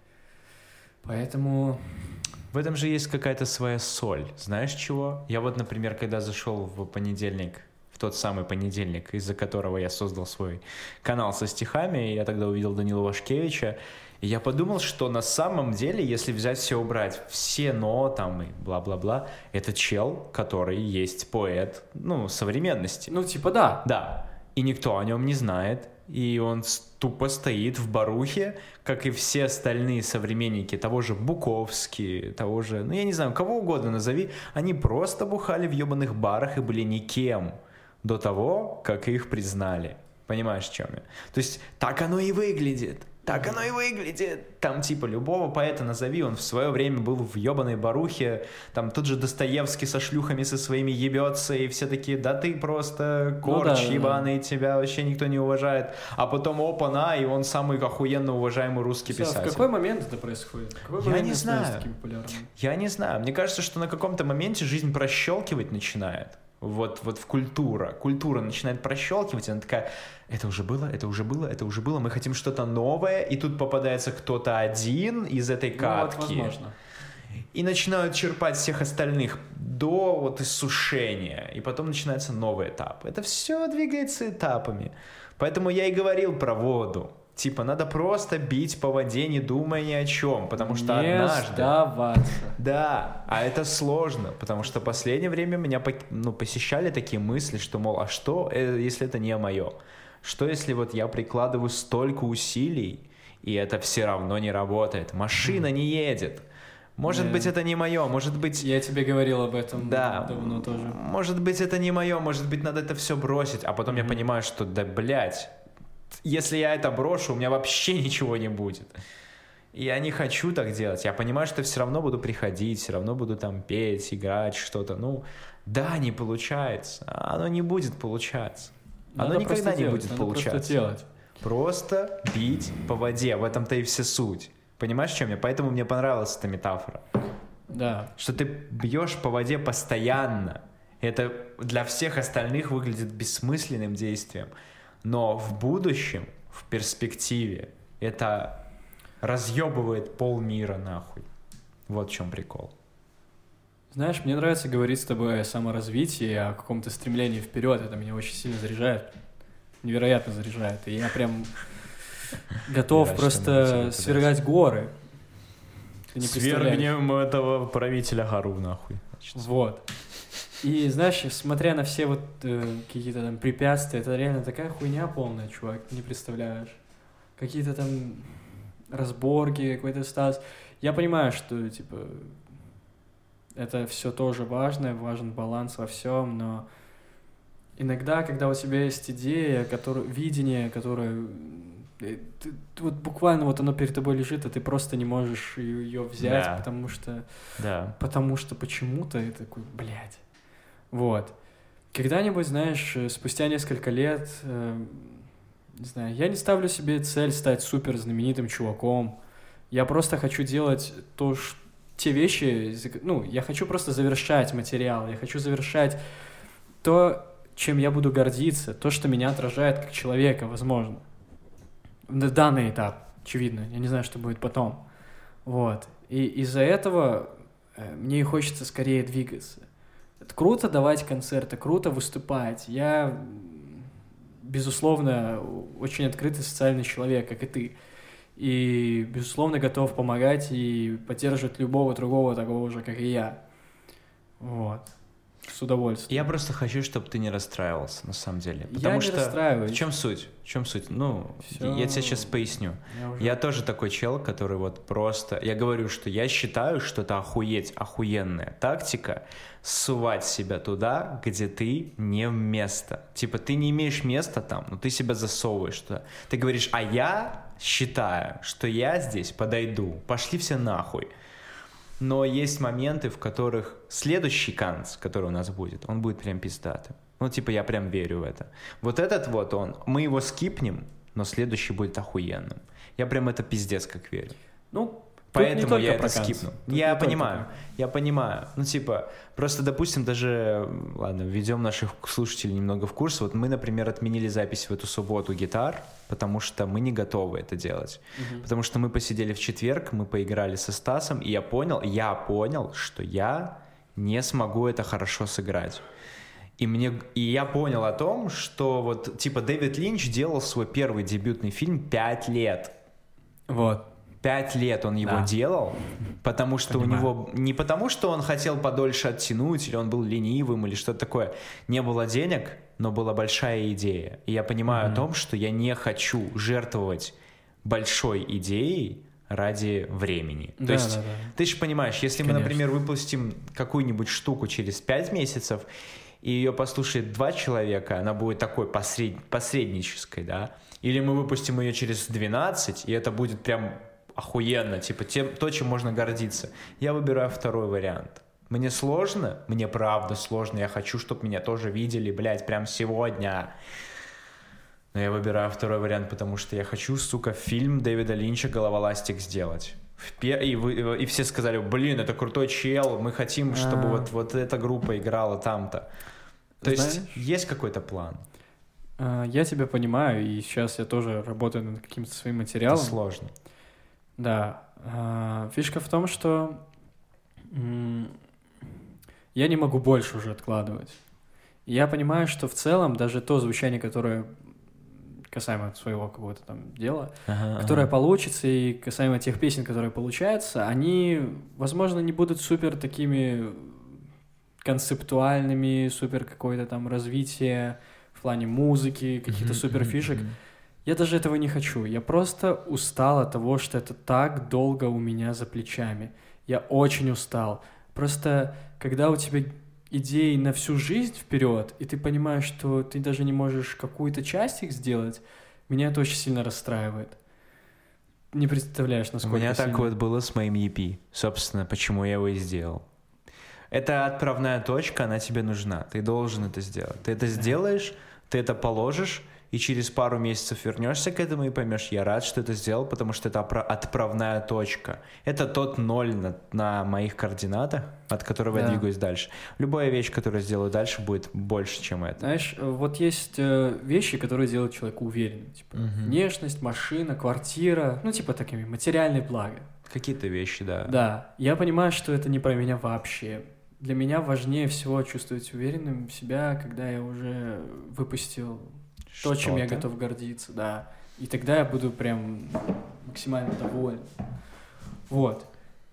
Поэтому... В этом же есть какая-то своя соль. Знаешь чего? Я вот, например, когда зашел в понедельник, в тот самый понедельник, из-за которого я создал свой канал со стихами, я тогда увидел Данила Вашкевича, и я подумал, что на самом деле, если взять все убрать, все «но» там и бла-бла-бла, это чел, который есть поэт, современности. Да. Да. И никто о нем не знает, и он тупо стоит в барухе, как и все остальные современники, того же Буковский, того же, я не знаю, кого угодно назови, они просто бухали в ебаных барах и были никем до того, как их признали. Понимаешь, в чем я? То есть так оно и выглядит. Так оно и выглядит. Там типа любого поэта назови, он в свое время был в ебаной барухе, там тот же Достоевский со шлюхами со своими ебется, и все такие, да ты просто корч ебаный, тебя вообще никто не уважает. А потом опа-на, и он самый охуенно уважаемый русский писатель. В какой момент это происходит? Я не знаю. Я не знаю. Мне кажется, что на каком-то моменте жизнь прощелкивать начинает. Вот культура начинает прощелкивать, она такая, это уже было, мы хотим что-то новое, и тут попадается кто-то один из этой катки. Вот, возможно. И начинают черпать всех остальных до вот иссушения, и потом начинается новый этап. Это все двигается этапами. Поэтому я и говорил про воду. Типа, надо просто бить по воде, не думая ни о чем, потому что однажды... сдаваться. Да, а это сложно, потому что в последнее время меня посещали такие мысли, что, мол, а что, если это не мое? Что, если вот я прикладываю столько усилий, и это все равно не работает? Машина не едет. Может быть, это не мое, может быть... Я тебе говорил об этом давно тоже. Может быть, это не мое, может быть, надо это все бросить, а потом я понимаю, что, да, блядь, если я это брошу, у меня вообще ничего не будет. И я не хочу так делать. Я понимаю, что все равно буду приходить, все равно буду там петь, играть, что-то. Ну, да, не получается. Оно не будет получаться. Оно никогда не будет получаться. Просто бить по воде. В этом-то и вся суть. Понимаешь, в чем я? Поэтому мне понравилась эта метафора. Да. Что ты бьешь по воде постоянно. Это для всех остальных выглядит бессмысленным действием. Но в будущем, в перспективе, это разъебывает полмира нахуй. Вот в чем прикол. Знаешь, мне нравится говорить с тобой о саморазвитии, о каком-то стремлении вперед. Это меня очень сильно заряжает. Невероятно заряжает. И я прям готов просто свергать горы. Свергнем этого правителя гору нахуй. Вот. И, знаешь, смотря на все вот какие-то там препятствия, это реально такая хуйня полная, чувак, ты не представляешь. Какие-то там разборки, какой-то стаз. Я понимаю, что, типа, это все тоже важно, важен баланс во всем, но иногда, когда у тебя есть идея, видение, которое... вот буквально вот оно перед тобой лежит, а ты просто не можешь ее взять, да. потому что... Да. Потому что почему-то и такой, блядь. Вот. Когда-нибудь, знаешь, спустя несколько лет, не знаю, я не ставлю себе цель стать супер знаменитым чуваком. Я просто хочу делать те вещи, я хочу просто завершать материал, я хочу завершать то, чем я буду гордиться, то, что меня отражает как человека, возможно. На данный этап, очевидно. Я не знаю, что будет потом. Вот. И из-за этого мне и хочется скорее двигаться. Это круто давать концерты, круто выступать. Я, безусловно, очень открытый социальный человек, как и ты. И, безусловно, готов помогать и поддерживать любого другого такого же, как и я. Вот. С удовольствием. Я просто хочу, чтобы ты не расстраивался, на самом деле. Потому что расстраиваюсь. В чем суть? Ну, я тебе сейчас поясню. Я тоже такой чел, который вот просто... Я говорю, что я считаю, что это охуенная тактика ссувать себя туда, где ты не место. Типа, ты не имеешь места там, но ты себя засовываешь туда. Ты говоришь, а я считаю, что я здесь подойду. Пошли все нахуй. Но есть моменты, в которых следующий канц, который у нас будет, он будет прям пиздатым. Ну, типа, я прям верю в это. Вот этот вот мы его скипнем, но следующий будет охуенным. Я прям это пиздец как верю. Ну, поэтому я это скипну. Я понимаю. Ну, типа, просто, допустим, даже, ладно, введем наших слушателей немного в курс. Вот мы, например, отменили запись в эту субботу гитар, потому что мы не готовы это делать. Потому что мы посидели в четверг, мы поиграли со Стасом, и я понял, что я не смогу это хорошо сыграть. И я понял о том, что вот, типа, Дэвид Линч делал свой первый дебютный фильм 5 лет. Вот. 5 лет он его делал, потому что у него... Не потому, что он хотел подольше оттянуть, или он был ленивым, или что-то такое. Не было денег, но была большая идея. И я понимаю о том, что я не хочу жертвовать большой идеей ради времени. То есть, ты же понимаешь, если мы, например, выпустим какую-нибудь штуку через 5 месяцев, и ее послушает 2 человека, она будет такой посреднической, да, или мы выпустим ее через 12, и это будет прям охуенно, типа то, чем можно гордиться. Я выбираю второй вариант. Мне сложно, мне правда сложно, я хочу, чтобы меня тоже видели, блядь, прям сегодня. Но я выбираю второй вариант, потому что я хочу, сука, фильм Дэвида Линча «Головоластик» сделать. И все сказали, блин, это крутой чел, мы хотим, чтобы вот эта группа играла там-то. То есть есть какой-то план? Я тебя понимаю, и сейчас я тоже работаю над каким-то своим материалом. Это сложно. Да. Фишка в том, что я не могу больше уже откладывать. И я понимаю, что в целом даже то звучание, которое касаемо своего какого-то там дела, которое получится, и касаемо тех песен, которые получаются, они, возможно, не будут супер такими концептуальными, супер какое-то там развитие в плане музыки, каких-то супер фишек. Я даже этого не хочу. Я просто устал от того, что это так долго у меня за плечами. Я очень устал. Просто когда у тебя идеи на всю жизнь вперед, и ты понимаешь, что ты даже не можешь какую-то часть их сделать, меня это очень сильно расстраивает. Не представляешь, насколько сильно. У меня сильно. так вот было с моим EP. Собственно, почему я его и сделал. Это отправная точка, она тебе нужна. Ты должен это сделать. Ты это сделаешь, ты это положишь, и через пару месяцев вернешься к этому и поймешь, я рад, что это сделал, потому что это отправная точка. Это тот 0 на моих координатах, от которого я двигаюсь дальше. Любая вещь, которую я сделаю дальше, будет больше, чем это. Знаешь, вот есть вещи, которые делают человека уверенным. Типа внешность, машина, квартира, ну типа такими материальные блага. Какие-то вещи, да. Да, я понимаю, что это не про меня вообще. Для меня важнее всего чувствовать уверенным себя, когда я уже выпустил то, чем я готов гордиться, да. И тогда я буду прям максимально доволен. Вот.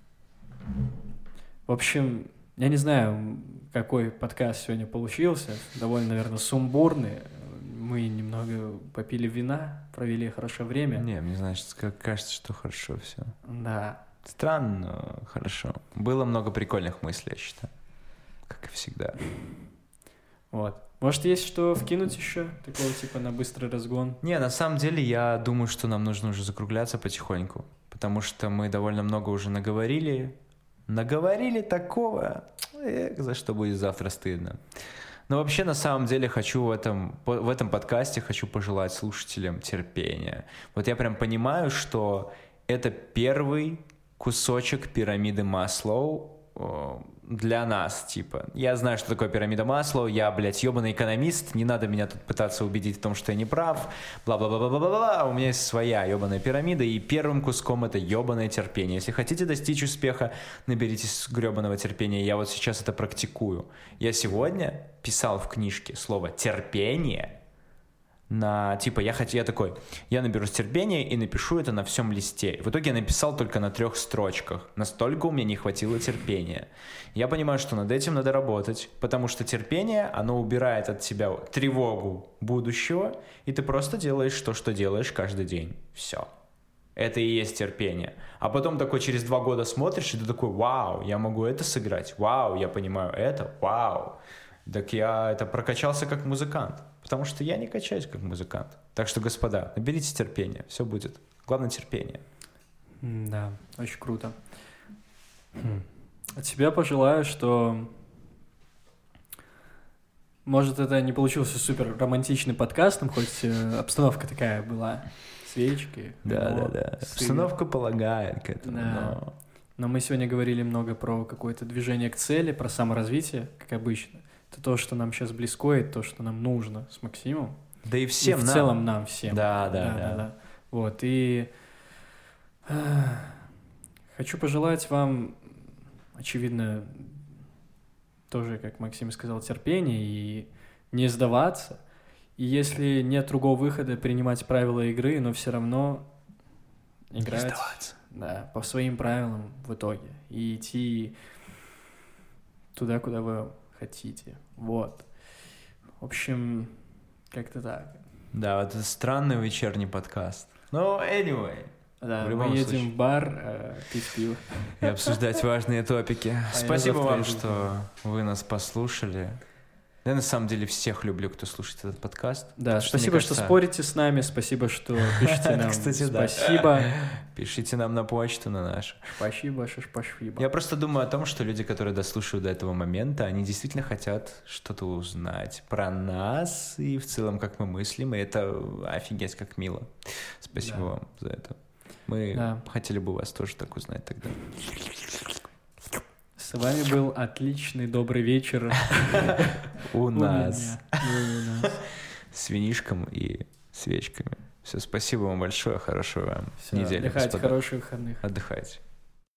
В общем, я не знаю, какой подкаст сегодня получился. Довольно, наверное, сумбурный. Мы немного попили вина, провели хорошее время. Не, мне, значит, кажется, что хорошо все. Да. Странно, но хорошо. Было много прикольных мыслей, я считаю. Как и всегда. Вот. Может, есть что вкинуть еще? Такого типа на быстрый разгон? Не, на самом деле, я думаю, что нам нужно уже закругляться потихоньку. Потому что мы довольно много уже наговорили. Наговорили такого, за что будет завтра стыдно. Но вообще, на самом деле, хочу в этом подкасте хочу пожелать слушателям терпения. Вот я прям понимаю, что это первый кусочек пирамиды Маслоу для нас, типа. Я знаю, что такое пирамида Маслоу, я, блядь, ебаный экономист, не надо меня тут пытаться убедить в том, что я не прав, бла-бла-бла-бла-бла-бла, у меня есть своя ебаная пирамида, и первым куском это ебаное терпение. Если хотите достичь успеха, наберитесь гребаного терпения, я вот сейчас это практикую. Я сегодня писал в книжке слово «терпение», я наберусь терпения и напишу это на всем листе. В итоге я написал только на 3 строчках. Настолько у меня не хватило терпения. Я понимаю, что над этим надо работать, потому что терпение, оно убирает от тебя тревогу будущего, и ты просто делаешь то, что делаешь каждый день. Все. Это и есть терпение. А потом такой через 2 года смотришь, и ты такой: вау, я могу это сыграть, вау, я понимаю это, вау. Так я это прокачался как музыкант. Потому что я не качаюсь как музыкант. Так что, господа, наберите терпения. Все будет. Главное терпение. Да, очень круто. От себя пожелаю, что... Может, это не получился супер романтичный подкаст, хоть обстановка такая была. Свечки. Да. Обстановка полагает к этому. Да. Но мы сегодня говорили много про какое-то движение к цели, про саморазвитие, как обычно. Это то, что нам сейчас близко, и то, что нам нужно с Максимом. Да и всем и в нам. целом нам всем. Да. Вот, и хочу пожелать вам, очевидно, тоже, как Максим сказал, терпения и не сдаваться. И если нет другого выхода, принимать правила игры, но все равно играть. Не сдаваться. Да, по своим правилам в итоге. И идти туда, куда вы хотите. Вот. В общем, как-то так. Да, это странный вечерний подкаст. Но anyway. Да, мы едем в бар пить пиво. И обсуждать важные топики. Спасибо вам, что вы нас послушали. Я на самом деле всех люблю, кто слушает этот подкаст. Да, спасибо, что спорите с нами, спасибо, что пишите нам. Кстати, спасибо. Пишите нам на почту, на нашу. Спасибо. Я просто думаю о том, что люди, которые дослушивают до этого момента, они действительно хотят что-то узнать про нас и в целом, как мы мыслим, и это офигеть как мило. Спасибо вам за это. Мы хотели бы вас тоже так узнать тогда. С вами был отличный добрый вечер. У нас. С винишком и свечками. Все, спасибо вам большое, хорошего вам недели. Отдыхайте, хороших выходных. Отдыхайте.